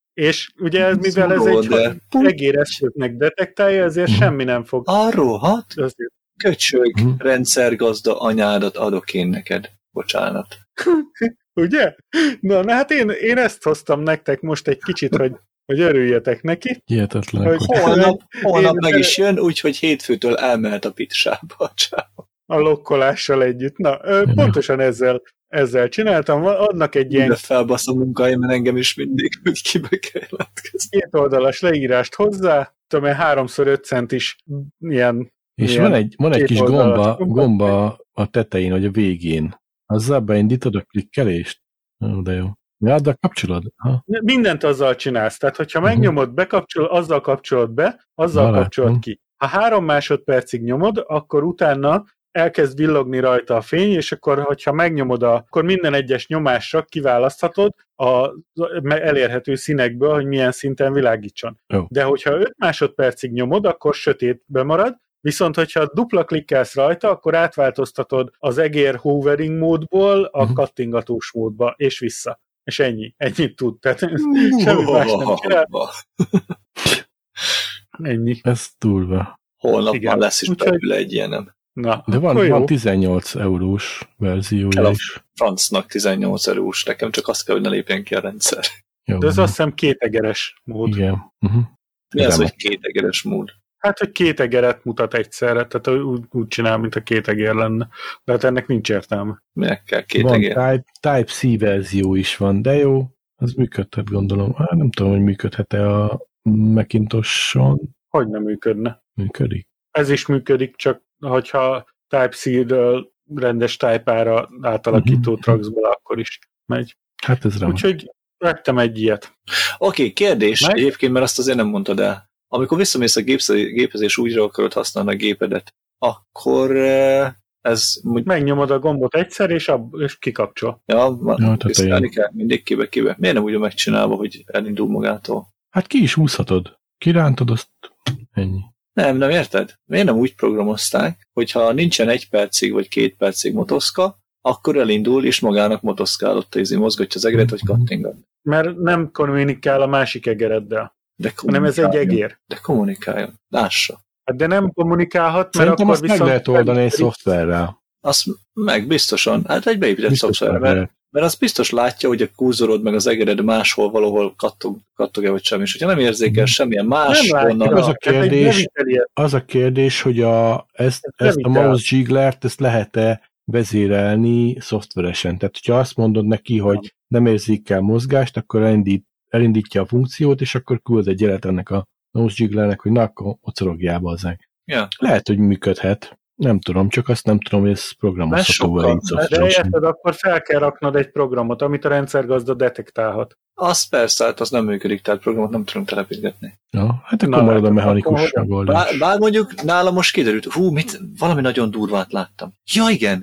Speaker 1: És ugye, mivel ez egy de... egéreszköznek detektálja, ezért uh-huh. semmi nem fog.
Speaker 2: Arról hat?
Speaker 1: Azért.
Speaker 2: Köcsög, uh-huh. rendszergazda anyádat adok én neked. Bocsánat.
Speaker 1: Ugye? Na, na hát én, én ezt hoztam nektek most egy kicsit, hogy, hogy örüljetek neki.
Speaker 3: Hihetetlen.
Speaker 2: Hogy holnap holnap meg is jön, úgyhogy hétfőtől elmehet a pitsába.
Speaker 1: A lokkolással együtt. Na, uh-huh. pontosan ezzel Ezzel csináltam, adnak egy ilyen...
Speaker 2: De felbasz a munkahelyemen engem is mindig, hogy kibe kell jelentkezni.
Speaker 1: Két oldalas leírást hozzá, tudom én háromszor öt centis ilyen...
Speaker 3: És
Speaker 1: ilyen
Speaker 3: van egy, van egy kis gomba, gomba a tetején, vagy a végén. Azzal beindítod a klikkelést? Ó, de jó. Ja, de kapcsolod. Ha.
Speaker 1: Mindent azzal csinálsz, tehát hogyha uh-huh. megnyomod, bekapcsolod, azzal kapcsolod be, azzal Barátom. kapcsolod ki. Ha három másodpercig nyomod, akkor utána elkezd villogni rajta a fény, és akkor, hogyha megnyomod, a, akkor minden egyes nyomásra kiválaszthatod az elérhető színekből, hogy milyen szinten világítson.
Speaker 3: Oh.
Speaker 1: De hogyha öt másodpercig nyomod, akkor sötétbe marad, viszont hogyha dupla klikkelsz rajta, akkor átváltoztatod az egér hovering módból a uh-huh. kattingatós módba, és vissza. És ennyi. Ennyit tud. Tehát semmi más nem csinál. Ennyi.
Speaker 3: Ez túlva.
Speaker 2: Holnap Igen. már lesz is belőle egy ilyenem.
Speaker 1: Na,
Speaker 3: de van, van tizennyolc eurós verziója is.
Speaker 2: Francnak tizennyolc eurós, nekem csak azt kell, hogy ne lépjen ki a rendszer.
Speaker 1: Jó, de ez azt hiszem kétegeres mód.
Speaker 3: Igen. Uh-huh.
Speaker 2: Mi az, hogy kétegeres mód?
Speaker 1: Hát, hogy két egeret mutat egyszerre, tehát úgy, úgy csinál, mint a két egér lenne. De hát ennek nincs értelme.
Speaker 2: Minek kell két
Speaker 3: van
Speaker 2: egér?
Speaker 3: Type, Type-C verzió is van, de jó, az működhet, gondolom. Hát nem tudom, hogy működhet-e a Macintoson.
Speaker 1: Hogy nem működne?
Speaker 3: Működik.
Speaker 1: Ez is működik, csak hogyha Type-C-ről rendes Type-ára átalakító uh-huh. traxból, akkor is megy.
Speaker 3: Hát ez remek.
Speaker 1: Úgyhogy vettem egy ilyet.
Speaker 2: Oké, okay, kérdés Meg? egyébként, mert azt azért nem mondtad el. Amikor visszamész a gépezés újra akarod használni a gépedet, akkor ez...
Speaker 1: Megnyomod a gombot egyszer, és, ab, és kikapcsol.
Speaker 2: Ja, ja tisztelni kell mindig kibe-kibe. Miért nem úgy megcsinálva, hogy elindul magától?
Speaker 3: Hát ki is húzhatod. Kirántod, azt ennyi.
Speaker 2: Nem, nem érted? Miért nem úgy programozták, hogyha nincsen egy percig vagy két percig motoszka, akkor elindul, és magának motoszkál ott a izé, mozgatja az egeret, vagy kattingat.
Speaker 1: Mert nem kommunikál a másik egereddel. Hanem ez egy egér.
Speaker 2: De kommunikáljon. Lássa.
Speaker 1: Hát de nem kommunikálhat, mert
Speaker 3: Szerintem
Speaker 1: akkor
Speaker 3: azt viszont... meg lehet oldani egy szoftverrel.
Speaker 2: Azt meg biztosan. Hát egy beépített szoftverrel. Mert, mert az biztos látja, hogy a kurzorod meg az egered máshol valahol kattog, kattog-e vagy sem. És hogyha nem érzékel semmilyen más...
Speaker 3: Nem látja. Az a kérdés, az a kérdés, hogy a, ezt, ezt a mouse jigglert, ezt lehet-e vezérelni szoftveresen. Tehát, hogyha azt mondod neki, hogy nem érzékel mozgást, akkor elindít, elindítja a funkciót, és akkor küld egy jelet ennek a nose-jigglernek, hogy na, akkor ocorogjál bazzánk.
Speaker 2: Ja.
Speaker 3: Lehet, hogy működhet. Nem tudom, csak azt nem tudom, hogy ez programozható-e így szoftveresen.
Speaker 1: De érted, akkor fel kell raknod egy programot, amit a rendszergazda detektálhat.
Speaker 2: Az persze, hát az nem működik, tehát programot nem tudunk telepítgetni.
Speaker 3: Ja, hát akkor marad a mechanikus megoldás.
Speaker 2: Bár, bár mondjuk nála most kiderült, hú, mit, valami nagyon durvát láttam. Ja, igen,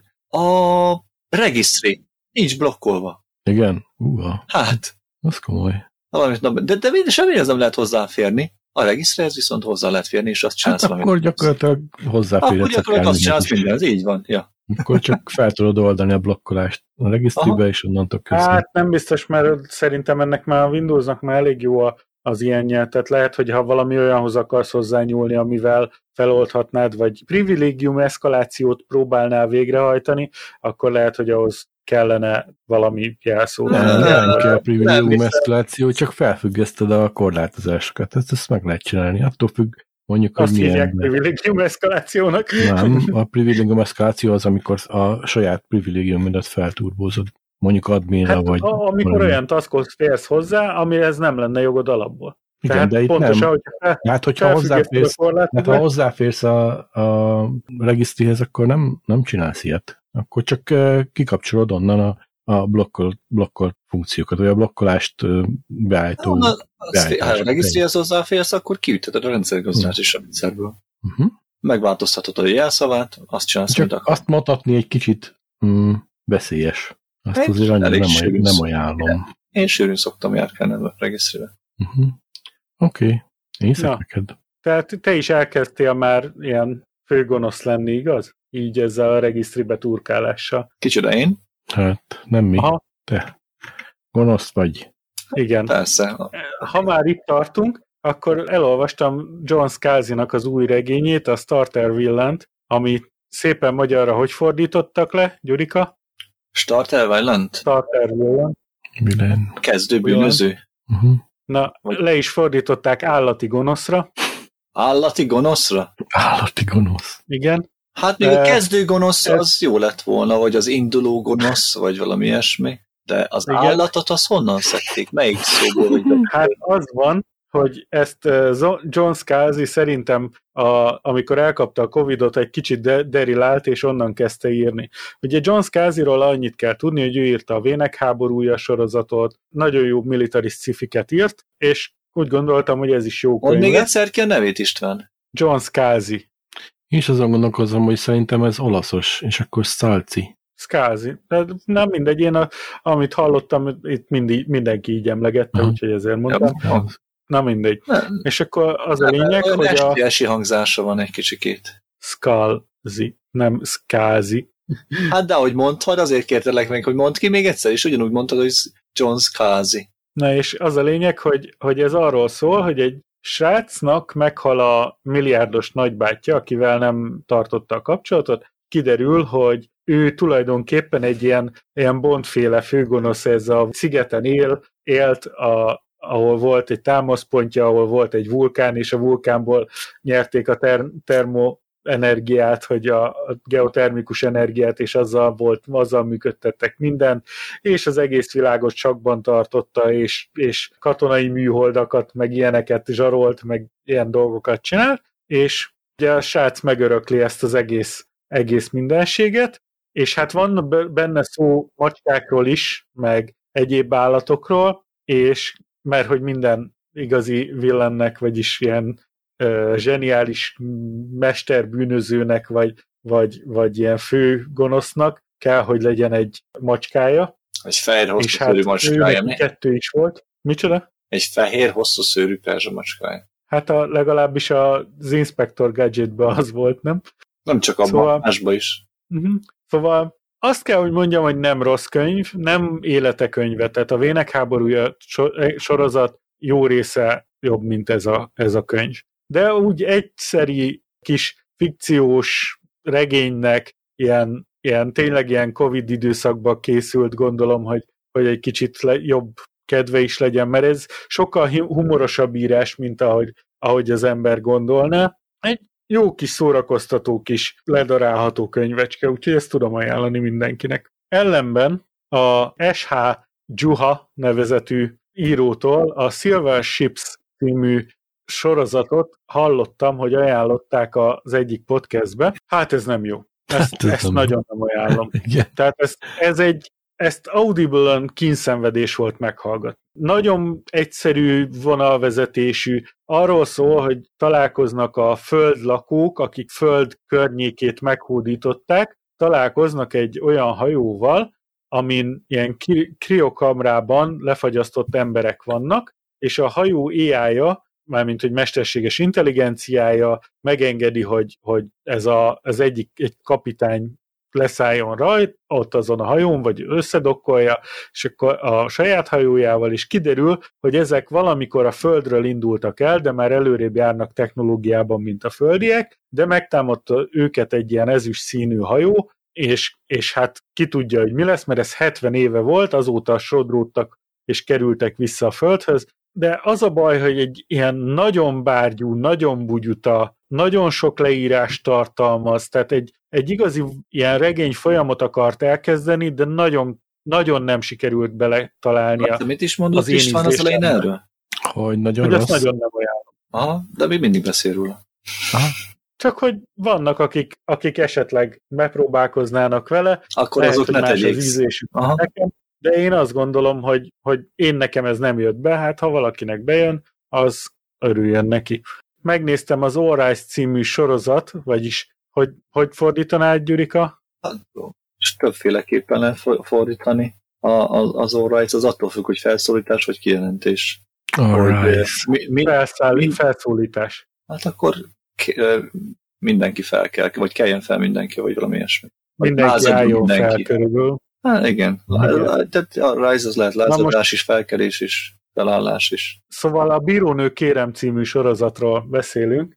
Speaker 2: a registry nincs blokkolva.
Speaker 3: Igen? Uha.
Speaker 2: Hát.
Speaker 3: Az komoly.
Speaker 2: Valamit, de, de semmihez nem lehet hozzáférni. A regisztrához viszont hozzá lehet férni, és azt csinálsz
Speaker 3: hát valamit. Akkor gyakorlatilag hozzáférhetsz.
Speaker 2: Akkor gyakorlatilag azt csinálsz minden, ez így van. Ja.
Speaker 3: Akkor csak fel tudod oldani a blokkolást a regisztribe, és onnantól köszönöm.
Speaker 1: Hát nem biztos, mert szerintem ennek már a Windowsnak már elég jó az ilyenje. Tehát lehet, hogy ha valami olyanhoz akarsz hozzányúlni, amivel feloldhatnád, vagy privilégium eszkalációt próbálnál végrehajtani, akkor lehet, hogy ahhoz kellene valami jelszó.
Speaker 3: Nem, nem, nem kell privilégium eszkaláció, csak felfüggeszted a korlátozásokat. Ezt, ezt meg lehet csinálni. Attól függ, mondjuk,
Speaker 1: azt
Speaker 3: hogy milyen...
Speaker 1: hívják privilégium eszkalációnak.
Speaker 3: Nem, a privilégium eszkaláció az, amikor a saját privilégiumodat felturbózod. Mondjuk adminra,
Speaker 1: hát,
Speaker 3: vagy...
Speaker 1: amikor valami. Olyan taskhoz férsz hozzá, amihez nem lenne jogod alapból.
Speaker 3: Igen,
Speaker 1: tehát
Speaker 3: de itt
Speaker 1: pontosan,
Speaker 3: nem.
Speaker 1: Hogyha fel,
Speaker 3: hát, hogyha hozzáférsz, hát, ha hozzáférsz a, a regisztrihez, akkor nem, nem csinálsz ilyet. Akkor csak uh, kikapcsolod onnan a, a blokkolt, blokkolt funkciókat, vagy a blokkolást uh, beállító...
Speaker 2: Ha a regisztrihez hozzáférsz, akkor kiüteted a rendszergazdást is a rendszerből.
Speaker 3: Uh-huh.
Speaker 2: Megváltoztatod a jelszavát, azt csinálsz,
Speaker 3: csak
Speaker 2: mint
Speaker 3: azt mondhatni egy kicsit mm, veszélyes. Azt egy azért annyira nem, nem ajánlom.
Speaker 2: Én sűrűn szoktam járkálni a regisztribe.
Speaker 3: Uh-huh. Oké, okay. Én hiszek neked.
Speaker 1: Tehát te is elkezdtél már ilyen főgonosz lenni, igaz? Így ezzel a regisztribe turkálással.
Speaker 2: Kicsoda én?
Speaker 3: Hát nem mi.
Speaker 1: Aha.
Speaker 3: Te. Gonosz vagy.
Speaker 1: Igen.
Speaker 2: Persze.
Speaker 1: Ha már itt tartunk, akkor elolvastam John Scalzi-nak az új regényét, a Starter Villain-t, ami szépen magyarra hogy fordítottak le, Gyurika?
Speaker 2: Starter Villain?
Speaker 1: Starter Villain.
Speaker 3: Villain.
Speaker 2: Kezdő bűnöző.
Speaker 3: Uh-huh.
Speaker 1: Na, le is fordították állati gonoszra.
Speaker 2: Állati gonoszra?
Speaker 3: Állati gonosz.
Speaker 1: Igen.
Speaker 2: Hát még uh, a kezdő gonosz ez... az jó lett volna, vagy az induló gonosz, vagy valami ilyesmi. De az igen. Állatot az honnan szedték? Melyik szóból? Vagy
Speaker 1: hát az van, hogy ezt John Scalzi szerintem, a, amikor elkapta a Covidot, egy kicsit de, derilált, és onnan kezdte írni. Ugye John Scalziról annyit kell tudni, hogy ő írta a Vének háborúja sorozatot, nagyon jó militarist sci-fiket írt, és úgy gondoltam, hogy ez is jó könyv.
Speaker 2: Mondd még egyszer ki a nevét, István.
Speaker 1: John Scalzi.
Speaker 3: Én is azon gondolkozom, hogy szerintem ez olaszos, és akkor Scalzi.
Speaker 1: Scalzi. Nem mindegy, én a, amit hallottam, itt mindig, mindenki így emlegette, uh-huh. úgyhogy ezért mondtam. Ja, na mindegy. Nem. És akkor az nem, a lényeg,
Speaker 2: nem,
Speaker 1: hogy a...
Speaker 2: esi hangzása van egy kicsikét.
Speaker 1: Scalzi, nem Scalzi.
Speaker 2: Hát de ahogy mondtad, azért kértelek meg, hogy mondd ki még egyszer, és ugyanúgy mondtad, hogy John Scalzi.
Speaker 1: Na és az a lényeg, hogy, hogy ez arról szól, hogy egy srácnak meghal a milliárdos nagybátyja, akivel nem tartotta a kapcsolatot, kiderül, hogy ő tulajdonképpen egy ilyen, ilyen Bond-féle főgonosz, ez a szigeten él, élt, a, ahol volt egy támaszpontja, ahol volt egy vulkán, és a vulkánból nyerték a ter- termoenergiát, hogy a geotermikus energiát, és azzal volt, azzal működtettek mindent, és az egész világot sakban tartotta, és, és katonai műholdakat, meg ilyeneket zsarolt, meg ilyen dolgokat csinált, és ugye a srác megörökli ezt az egész, egész mindenséget, és hát van benne szó macskákról is, meg egyéb állatokról, és mert hogy minden igazi villennek, vagyis ilyen ö, zseniális mesterbűnözőnek, vagy, vagy, vagy ilyen fő gonosznak kell, hogy legyen egy macskája.
Speaker 2: Egy fehér hosszú szőrű hát macskája.
Speaker 1: És kettő is volt. Micsoda?
Speaker 2: Egy fehér hosszú szőrű perzsa macskája.
Speaker 1: Hát a, legalábbis az Inspector Gadgetben az volt, nem?
Speaker 2: Nem csak abban, szóval, másban is.
Speaker 1: Uh-huh. Szóval azt kell, hogy mondjam, hogy nem rossz könyv, nem élete könyve, tehát a Vének háborúja sorozat jó része jobb, mint ez a, ez a könyv. De úgy egyszeri kis fikciós regénynek, ilyen, ilyen tényleg ilyen Covid időszakban készült, gondolom, hogy, hogy egy kicsit le, jobb kedve is legyen, mert ez sokkal humorosabb írás, mint ahogy, ahogy az ember gondolná. Egy jó kis szórakoztató kis ledarálható könyvecske, úgyhogy ezt tudom ajánlani mindenkinek. Ellenben a es há Juha nevezetű írótól a Silver Ships című sorozatot hallottam, hogy ajánlották az egyik podcastbe. Hát ez nem jó. Ezt, hát ezt nagyon nem ajánlom.
Speaker 3: Igen.
Speaker 1: Tehát ez, ez egy, ezt Audible-on kínszenvedés volt meghallgatni. Nagyon egyszerű vonalvezetésű, arról szól, hogy találkoznak a földlakók, akik föld környékét meghódították, találkoznak egy olyan hajóval, amin ilyen kriokamrában lefagyasztott emberek vannak, és a hajó á í-ja, mármint hogy mesterséges intelligenciája megengedi, hogy, hogy ez a, az egyik egy kapitány leszálljon rajt, ott azon a hajón, vagy összedokkolja, és akkor a saját hajójával is kiderül, hogy ezek valamikor a Földről indultak el, de már előrébb járnak technológiában, mint a földiek, de megtámadta őket egy ilyen ezüst színű hajó, és, és hát ki tudja, hogy mi lesz, mert ez hetven éve volt, azóta sodródtak és kerültek vissza a Földhöz, de az a baj, hogy egy ilyen nagyon bárgyú, nagyon bugyuta, nagyon sok leírást tartalmaz, tehát egy, egy igazi ilyen regény folyamot akart elkezdeni, de nagyon, nagyon nem sikerült bele találnia.
Speaker 2: Hát, mit is mondott István az elején erről?
Speaker 3: Hogy nagyon
Speaker 1: hogy
Speaker 3: rossz.
Speaker 1: Azt nagyon nem ajánlom.
Speaker 2: Aha, de mi mindig beszél róla.
Speaker 3: Aha.
Speaker 1: Csak hogy vannak, akik, akik esetleg megpróbálkoznának vele,
Speaker 2: akkor
Speaker 1: lehet,
Speaker 2: azok ne tegyék.
Speaker 1: Nekem, de én azt gondolom, hogy, hogy én nekem ez nem jött be, hát ha valakinek bejön, az örüljön neki. Megnéztem az All Rise című sorozat, vagyis hogy, hogy fordítanád, Gyurika?
Speaker 2: Hát, és többféleképpen lehet fordítani. A, az, az All Rise az attól függ, hogy felszólítás vagy kijelentés.
Speaker 3: Hogy,
Speaker 1: mi, mi, Felszáll, mi, felszólítás.
Speaker 2: Hát akkor ki, mindenki fel kell, vagy keljen fel mindenki, vagy valami ilyesmi.
Speaker 1: Mindenki álljon mindenki. Fel körülbelül.
Speaker 2: Hát igen. Tehát a Rise az lehet lázadás is, felkelés is, felállás is.
Speaker 1: Szóval a Bírónő kérem című sorozatról beszélünk.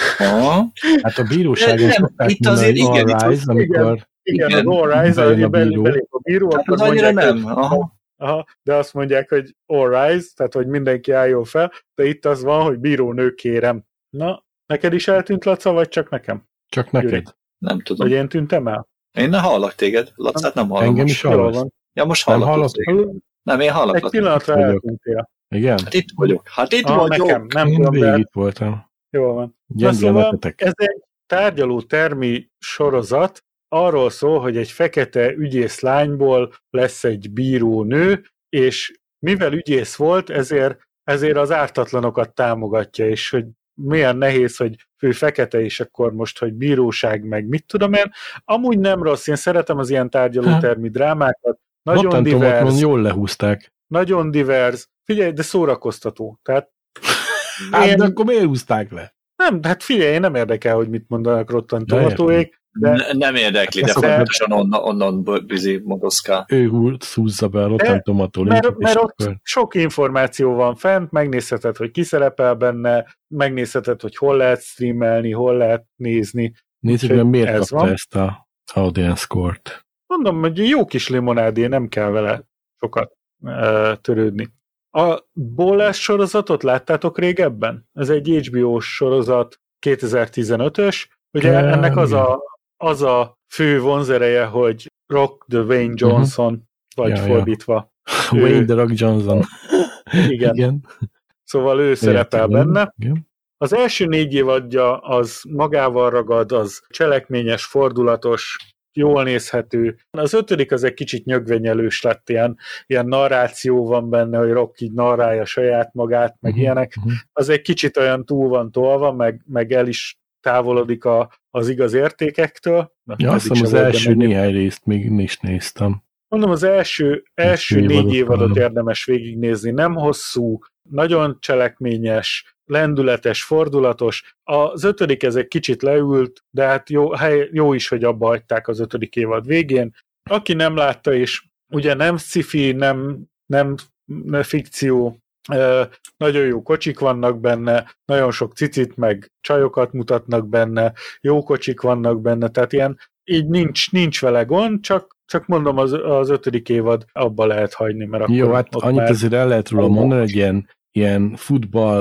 Speaker 2: Aha.
Speaker 3: Hát a bíróságon szokták
Speaker 2: itt azért igen,
Speaker 3: All Rise, amikor...
Speaker 1: Igen, igen, az All Rise, hogy belép a bíró,
Speaker 2: hát akkor mondják, nem. Aha.
Speaker 1: Aha, de azt mondják, hogy All Rise, tehát hogy mindenki álljon fel, de itt az van, hogy bírónő kérem. Na, neked is eltűnt, Laca, vagy csak nekem?
Speaker 3: Csak neked.
Speaker 1: Gyuri?
Speaker 2: Nem tudom.
Speaker 1: Vagy én tűntem el?
Speaker 2: Én ne hallak téged, Lacát nem hallom.
Speaker 3: Engem is hallasz.
Speaker 2: Ja, most hallak.
Speaker 3: Nem,
Speaker 2: hallak nem, én hallak.
Speaker 1: Egy pillanatra eltűntél.
Speaker 3: Igen?
Speaker 2: Hát itt vagyok. Hát itt
Speaker 1: ah,
Speaker 2: vagyok.
Speaker 1: Nekem, nem
Speaker 3: én
Speaker 1: tudom,
Speaker 3: végig itt voltam.
Speaker 1: Jól van.
Speaker 3: Na, szóval
Speaker 1: ez egy tárgyaló termi sorozat, arról szól, hogy egy fekete ügyész lányból lesz egy bírónő, és mivel ügyész volt, ezért, ezért az ártatlanokat támogatja, és hogy milyen nehéz, hogy ő fekete, és akkor most, hogy bíróság, meg mit tudom én. Amúgy nem rossz, én szeretem az ilyen tárgyalótermi drámákat. Nagyon divers.
Speaker 3: Jól lehúzták.
Speaker 1: Nagyon divers. Figyelj, de szórakoztató. Tehát
Speaker 3: hát, én... de akkor miért húzták le?
Speaker 1: Nem, hát figyelj, én nem érdekel, hogy mit mondanak Rotten Tomatoék. De...
Speaker 2: Ne, nem érdekli, de fontosan onnan, onnan bizi modoszkál.
Speaker 3: Ő húzza be a Rotten Tomato linket.
Speaker 1: Mert, mert ott akkor... sok információ van fent, megnézheted, hogy ki szerepel benne, megnézheted, hogy hol lehet streamelni, hol lehet nézni.
Speaker 3: Nézzük, hogy miért kapta van. Ezt a audience score-t.
Speaker 1: Mondom, hogy jó kis limonádé, nem kell vele sokat uh, törődni. A Ballers sorozatot láttátok régebben? Ez egy há bé ó-s sorozat, kétezer-tizenötös. Ugye Ken, ennek az a, az a fő vonzereje, hogy Rock the Wayne Johnson, uh-huh. vagy ja, fordítva.
Speaker 3: Ja. Wayne the Rock Johnson.
Speaker 1: Igen. Igen. Szóval ő szerepel benne. Igen. Az első négy évadja az magával ragad, az cselekményes, fordulatos, jól nézhető. Az ötödik az egy kicsit nyögvenyelős lett, ilyen, ilyen narráció van benne, hogy Rock így narrálja saját magát, meg uh-huh. ilyenek. Uh-huh. Az egy kicsit olyan túl van tolva, meg, meg el is távolodik a, az igaz értékektől.
Speaker 3: Ja, azt hiszem az első néhány részt még is néztem.
Speaker 1: Mondom, az első, első négy évadot érdemes végignézni. Nem hosszú, nagyon cselekményes, lendületes, fordulatos. Az ötödik ez egy kicsit leült, de hát jó, hely, jó is, hogy abba hagyták az ötödik évad végén. Aki nem látta, és ugye nem sci-fi, nem, nem, nem fikció, nagyon jó kocsik vannak benne, nagyon sok cicit, meg csajokat mutatnak benne, jó kocsik vannak benne, tehát ilyen, így nincs, nincs vele gond, csak, csak mondom, az, az ötödik évad abba lehet hagyni, mert akkor
Speaker 3: jó, hát annyit már... azért el lehet róla mondani, hogy ilyen, ilyen futball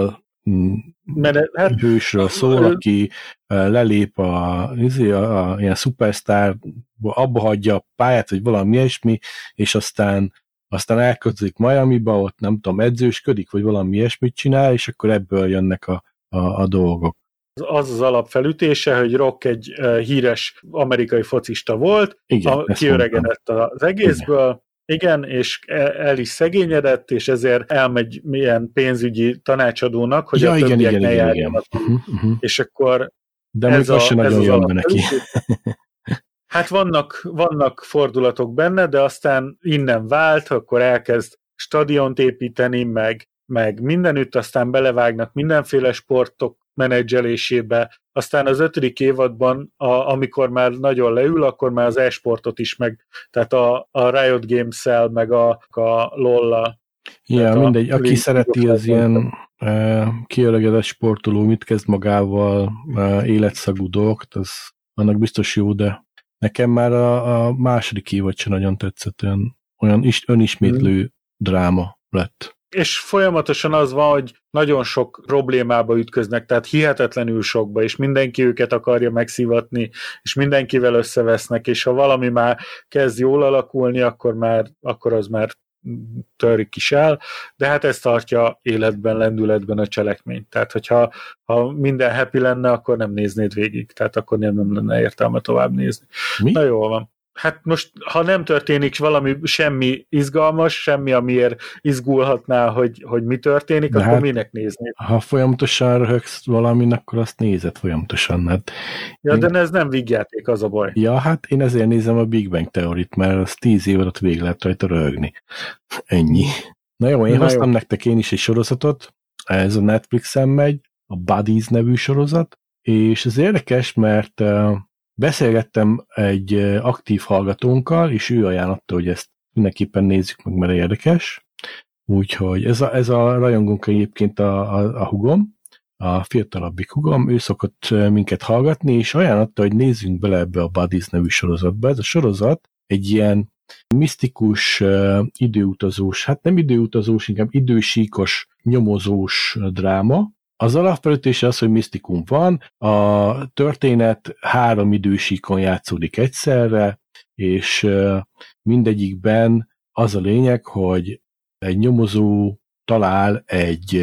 Speaker 1: Mert, hát,
Speaker 3: hősről szól, aki lelép a, a, a, a ilyen szupersztár, abba hagyja a pályát, vagy valami ilyesmi, és aztán aztán elköltözik Miamiba, ott nem tudom, edzősködik, vagy valami ilyesmit csinál, és akkor ebből jönnek a, a, a dolgok.
Speaker 1: Az az alapfelütése, hogy Rock egy uh, híres amerikai focista volt,
Speaker 3: igen,
Speaker 1: a, kiöregedett az egészből, igen. igen, és el is szegényedett, és ezért elmegy milyen pénzügyi tanácsadónak, hogy
Speaker 3: ja,
Speaker 1: a
Speaker 3: igen,
Speaker 1: többiek
Speaker 3: igen,
Speaker 1: ne
Speaker 3: igen,
Speaker 1: járjanak.
Speaker 3: Igen. Uh-huh.
Speaker 1: És akkor
Speaker 3: de még az sem nagyon jön be neki.
Speaker 1: Hát vannak, vannak fordulatok benne, de aztán innen vált, akkor elkezd stadiont építeni, meg, meg mindenütt, aztán belevágnak mindenféle sportok menedzselésébe, aztán az ötödik évadban, a, amikor már nagyon leül, akkor már az e-sportot is meg, tehát a, a Riot Games-szel, meg a, a LOL-la.
Speaker 3: Ja, mindegy, aki szereti az ilyen uh, kiöregedett sportoló, mit kezd magával, uh, életszagú dolgokat, az annak biztos jó, de nekem már a, a második évad sem nagyon tetszett, olyan, olyan is, önismétlő hmm. dráma lett.
Speaker 1: És folyamatosan az van, hogy nagyon sok problémába ütköznek, tehát hihetetlenül sokba, és mindenki őket akarja megszívatni, és mindenkivel összevesznek, és ha valami már kezd jól alakulni, akkor, már, akkor az már törik is el, de hát ez tartja életben, lendületben a cselekményt. Tehát, hogyha ha minden happy lenne, akkor nem néznéd végig, tehát akkor nem, nem lenne értelme tovább nézni. Mi? Na jól van. Hát most, ha nem történik valami, semmi izgalmas, semmi, amiért izgulhatnál, hogy, hogy mi történik, de akkor hát, minek nézni?
Speaker 3: Ha folyamatosan röhögsz valamin, akkor azt nézed folyamatosan. Hát
Speaker 1: ja, én... de ez nem vígjáték, az a baj.
Speaker 3: Ja, hát én ezért nézem a Big Bang Theorit, mert az tíz év alatt végig lehet rajta röhögni. Ennyi. Na jó, én Na hoztam jó. nektek én is egy sorozatot, ez a Netflixen megy, a Buddies nevű sorozat, és ez érdekes, mert beszélgettem egy aktív hallgatónkkal, és ő ajánlotta, hogy ezt mindenképpen nézzük meg, mert érdekes. Úgyhogy ez a, ez a rajongónk egyébként a, a, a hugom, a fiatalabbik hugom, ő szokott minket hallgatni, és ajánlotta, hogy nézzünk bele ebbe a Buddies nevű sorozatba. Ez a sorozat egy ilyen misztikus, időutazós, hát nem időutazós, inkább idősíkos, nyomozós dráma. Az alapfelütése az, hogy misztikum van, a történet három idősíkon játszódik egyszerre, és mindegyikben az a lényeg, hogy egy nyomozó talál egy,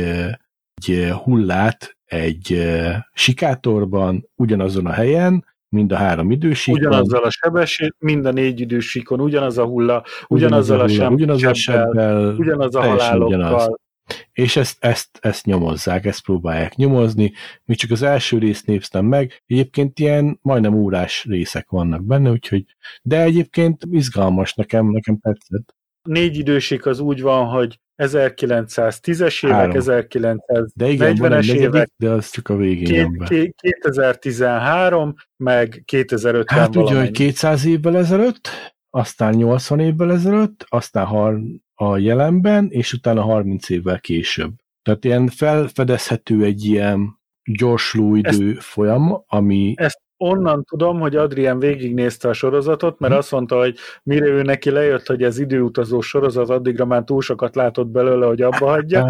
Speaker 3: egy hullát egy sikátorban, ugyanazon a helyen, mind a három idősíkon.
Speaker 1: Ugyanazzal a sebesség, mind a négy idősíkon, ugyanaz a hulla, ugyanazzal a, a,
Speaker 3: ugyanaz a sebbel,
Speaker 1: ugyanaz a halálokkal. Ugyanaz.
Speaker 3: És ezt, ezt, ezt nyomozzák, ezt próbálják nyomozni, még csak az első részt néztem meg, egyébként ilyen majdnem órás részek vannak benne, úgyhogy, de egyébként izgalmas, nekem, nekem tetszett.
Speaker 1: Négy idősík az úgy van, hogy ezerkilencszáztízes évek,
Speaker 3: Három.
Speaker 1: ezerkilencszáznegyvenes évek,
Speaker 3: de az csak a végén jön be.
Speaker 1: kétezer-tizenhárom, meg kétezer-ötven
Speaker 3: hát
Speaker 1: valamennyi.
Speaker 3: ugye, hogy kétszáz évvel ezelőtt, aztán nyolcvan évvel ezelőtt, aztán a jelenben, és utána harminc évvel később. Tehát ilyen felfedezhető egy ilyen gyorsuló idő ezt, folyam, ami...
Speaker 1: Ezt onnan tudom, hogy Adrián végignézte a sorozatot, mert hmm. azt mondta, hogy mire ő neki lejött, hogy ez időutazó sorozat, addigra már túl sokat látott belőle, hogy abba hagyja,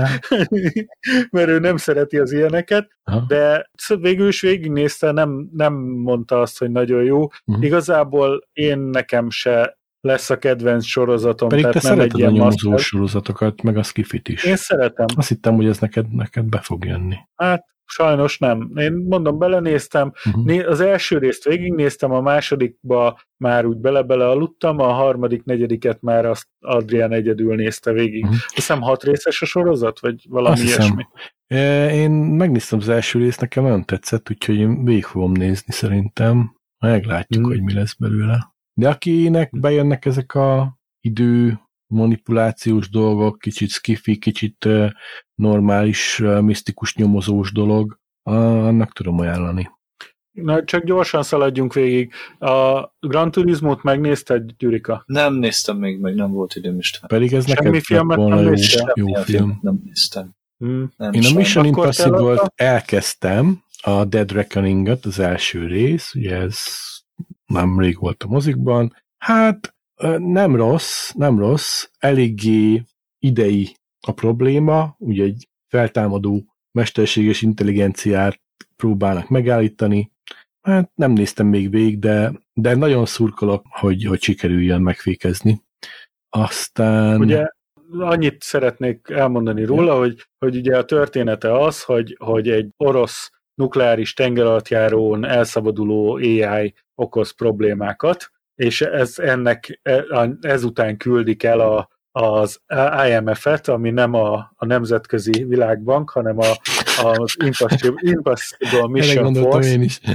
Speaker 1: mert ő nem szereti az ilyeneket, ha. de végül is végignézte, nem, nem mondta azt, hogy nagyon jó. Hmm. Igazából én nekem se lesz a kedvenc sorozatom.
Speaker 3: Pedig
Speaker 1: tehát
Speaker 3: te
Speaker 1: nem
Speaker 3: szereted
Speaker 1: egy
Speaker 3: a nyomozós sorozatokat, meg a skifit is.
Speaker 1: Én szeretem.
Speaker 3: Azt hittem, hogy ez neked, neked be fog jönni.
Speaker 1: Hát sajnos nem. Én mondom, belenéztem, uh-huh. az első részt végignéztem, a másodikba már úgy bele-bele aludtam, a harmadik, negyediket már azt Adrián egyedül nézte végig. Uh-huh. Azt hiszem hat részes a sorozat, vagy valami
Speaker 3: azt
Speaker 1: ilyesmi.
Speaker 3: Hiszem. Én megnéztem az első részt, nekem nagyon tetszett, úgyhogy én végig fogom nézni szerintem. Meglátjuk, uh-huh. hogy mi lesz belőle. De akinek bejönnek ezek a idő manipulációs dolgok, kicsit skifi, kicsit uh, normális, uh, misztikus nyomozós dolog, uh, annak tudom ajánlani.
Speaker 1: Na, csak gyorsan szaladjunk végig. A Gran Turismo-t megnézted, Gyurika?
Speaker 2: Nem néztem még, meg nem volt időm István.
Speaker 3: Pedig ez
Speaker 1: Semmi
Speaker 3: neked
Speaker 1: filmet
Speaker 3: volna
Speaker 1: nem
Speaker 3: jó,
Speaker 1: néztem.
Speaker 3: jó film.
Speaker 2: Nem néztem.
Speaker 1: Hmm.
Speaker 2: Nem
Speaker 3: Én a Mission
Speaker 1: Akkor
Speaker 3: Impossible-t elkezdtem, a Dead Reckoning-ot, az első rész, ugye ez nem rég volt a mozikban. Hát nem rossz, nem rossz, eléggé idei a probléma, ugye egy feltámadó mesterséges intelligenciát próbálnak megállítani. Hát nem néztem még végig, de, de nagyon szurkolok, hogy, hogy sikerüljön megfékezni. Aztán...
Speaker 1: Ugye annyit szeretnék elmondani róla, hogy, hogy ugye a története az, hogy, hogy egy orosz nukleáris tengeralattjárón elszabaduló á i okoz problémákat, és ez, ennek ezután küldik el a, az I M F-et, ami nem a, a Nemzetközi Világbank, hanem a, az Impossible, Impossible Mission Force.
Speaker 3: Én is.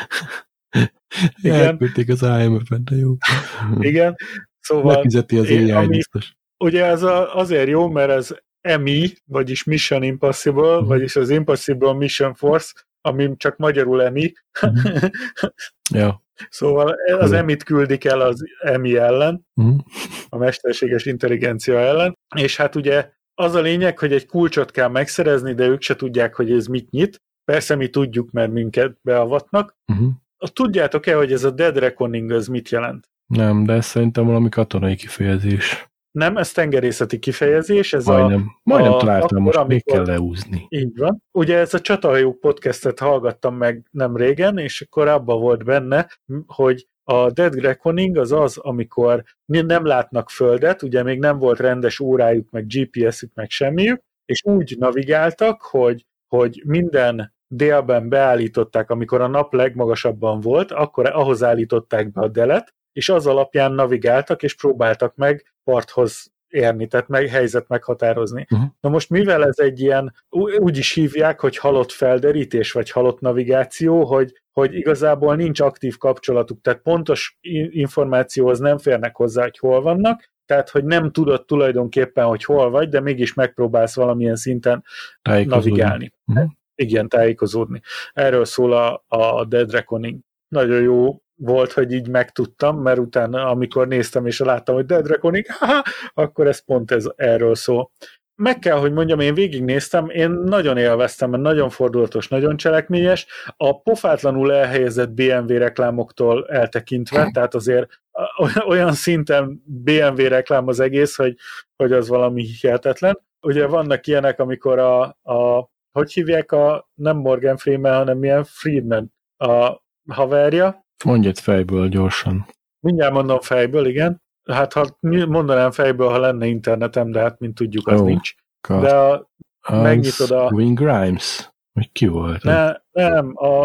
Speaker 3: Elküldték az I M F-et, de jó.
Speaker 1: Igen. Szóval...
Speaker 3: Lefizeti az á i biztos.
Speaker 1: Ugye ez a, azért jó, mert ez M I, vagyis Mission Impossible, uh-huh. vagyis az Impossible Mission Force, ami csak magyarul M I. Uh-huh.
Speaker 3: Ja.
Speaker 1: Szóval az M I-t küldik el az M I ellen, uh-huh. a mesterséges intelligencia ellen, és hát ugye az a lényeg, hogy egy kulcsot kell megszerezni, de ők se tudják, hogy ez mit nyit. Persze mi tudjuk, mert minket beavatnak. Uh-huh. Tudjátok-e, hogy ez a Dead Reckoning az mit jelent?
Speaker 3: Nem, de ez szerintem valami katonai kifejezés.
Speaker 1: Nem, ez tengerészeti kifejezés. Ez
Speaker 3: majdnem,
Speaker 1: a,
Speaker 3: majdnem
Speaker 1: a,
Speaker 3: találtam,
Speaker 1: akkor,
Speaker 3: most
Speaker 1: amikor,
Speaker 3: még kell leúzni.
Speaker 1: Így van. Ugye ez a Csatahajók podcastet hallgattam meg nem régen, és akkor abban volt benne, hogy a Dead Reckoning az az, amikor nem látnak földet, ugye még nem volt rendes órájuk, meg gé pé es-ük, meg semmiük, és úgy navigáltak, hogy, hogy minden délben beállították, amikor a nap legmagasabban volt, akkor ahhoz állították be a delet, és az alapján navigáltak, és próbáltak meg parthoz érni, tehát meg, helyzet meghatározni. Uh-huh. Na most mivel ez egy ilyen, úgy is hívják, hogy halott felderítés, vagy halott navigáció, hogy, hogy igazából nincs aktív kapcsolatuk, tehát pontos információhoz nem férnek hozzá, hogy hol vannak, tehát hogy nem tudod tulajdonképpen, hogy hol vagy, de mégis megpróbálsz valamilyen szinten navigálni. Uh-huh. Igen, tájékozódni. Erről szól a, a Dead Reckoning. Nagyon jó volt, hogy így megtudtam, mert utána, amikor néztem és láttam, hogy Dead Reckoning, haha, akkor ez pont ez erről szól. Meg kell, hogy mondjam, én végignéztem, én nagyon élveztem, mert nagyon fordulatos, nagyon cselekményes, a pofátlanul elhelyezett bé em vé reklámoktól eltekintve, tehát azért olyan szinten bé em vé reklám az egész, hogy, hogy az valami hihetetlen. Ugye vannak ilyenek, amikor a, a hogy hívják a, nem Morgan Freeman, hanem milyen Friedman, a haverja.
Speaker 3: Mondj fejből gyorsan.
Speaker 1: Mindjárt mondom fejből, igen. Hát ha mondanám fejből, ha lenne internetem, de hát mint tudjuk, az oh, nincs. God. De a, megnyitod a...
Speaker 3: Wing Grimes? Vagy ki volt?
Speaker 1: Ne, nem, a,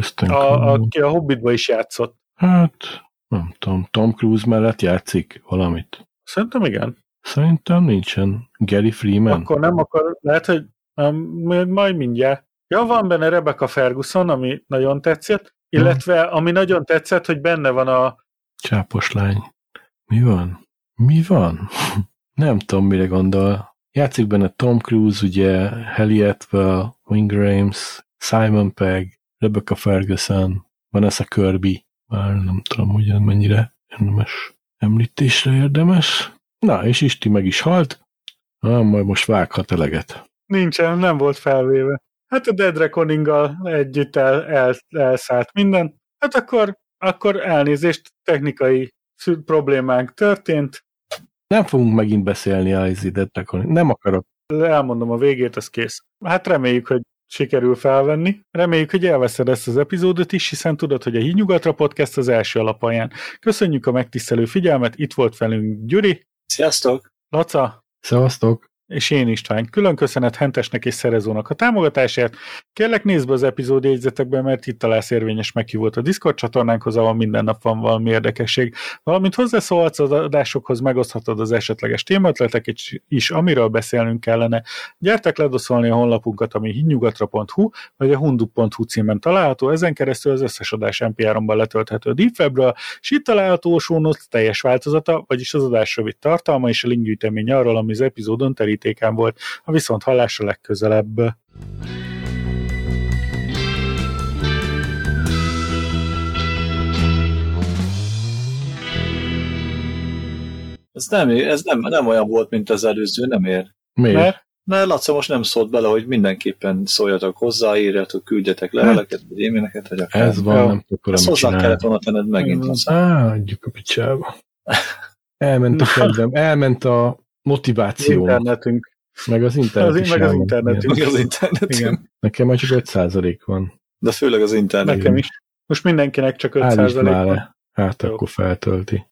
Speaker 1: a, aki a Hobbitba is játszott.
Speaker 3: Hát, nem tudom, Tom Cruise mellett játszik valamit.
Speaker 1: Szerintem igen.
Speaker 3: Szerintem nincsen. Gary Freeman?
Speaker 1: Akkor nem akar, lehet, hogy um, majd mindjárt. Ja, van benne Rebecca Ferguson, ami nagyon tetszett, illetve ami nagyon tetszett, hogy benne van a...
Speaker 3: Csápos lány. Mi van? Mi van? Nem tudom, mire gondol. Játszik benne Tom Cruise, ugye, Halle Atwell, Wing Grimes, Simon Pegg, Rebecca Ferguson, Vanessa Kirby. Már nem tudom, hogy mennyire érdemes említésre érdemes. Na, és Isti meg is halt. Na, majd most vághat eleget.
Speaker 1: Nincsen, nem volt felvéve. Hát a Dead Reckoning-gal együtt el, el, elszállt minden. Hát akkor, akkor elnézést, technikai problémánk történt.
Speaker 3: Nem fogunk megint beszélni a Dead Reckoning. Nem akarok.
Speaker 1: Elmondom a végét, az kész. Hát reméljük, hogy sikerül felvenni. Reméljük, hogy elveszed ezt az epizódot is, hiszen tudod, hogy a Hídnyugatra Podcast az első alapalján. Köszönjük a megtisztelő figyelmet, itt volt velünk Gyuri.
Speaker 2: Sziasztok!
Speaker 1: Laca.
Speaker 3: Szevasztok!
Speaker 1: És én István. Külön köszönet Hentesnek és Szerezónak a támogatásért. Kérlek, nézd be az epizód jegyzetekben, mert itt találsz érvényes meghívót a Discord csatornánkhoz, ahol minden nap van valami érdekesség. Valamint hozzászólhatsz az adásokhoz, megoszthatod az esetleges témaötleteket is, amiről beszélnünk kellene. Gyertek ledoszolni a honlapunkat, ami hídnyugatra pont hu, vagy a hundub pont hu címen található, ezen keresztül az összes adás em pé három-ban letölthető a Deep Webről, és itt található a show notes teljes változata, vagyis az adás rövid tartalma és a linkgyűjtemény arról, ami az epizódon terít volt. A viszont hallásra legközelebb.
Speaker 2: Ez, nem, ez nem, nem olyan volt, mint az előző, nem ér.
Speaker 3: Miért?
Speaker 1: Mert,
Speaker 2: mert Laca most nem szólt bele, hogy mindenképpen szóljatok hozzá, írjatok, küldjetek leveleket, vagy e-maileket, vagy akár.
Speaker 3: Ez van, nem tudok
Speaker 2: Ezt hozzá kellett volna tenned megint.
Speaker 3: Á, adjuk a picsába. Elment a kedvem, elment a motiváció.
Speaker 1: Internetünk.
Speaker 3: Meg az internet
Speaker 1: az,
Speaker 3: is.
Speaker 1: Meg az internet
Speaker 2: Meg az internet.
Speaker 1: Igen.
Speaker 3: Nekem már csak öt százalék van.
Speaker 2: De főleg az internet.
Speaker 1: Nekem is. Most mindenkinek csak öt százalék van.
Speaker 3: Hát Jó. Akkor feltölti.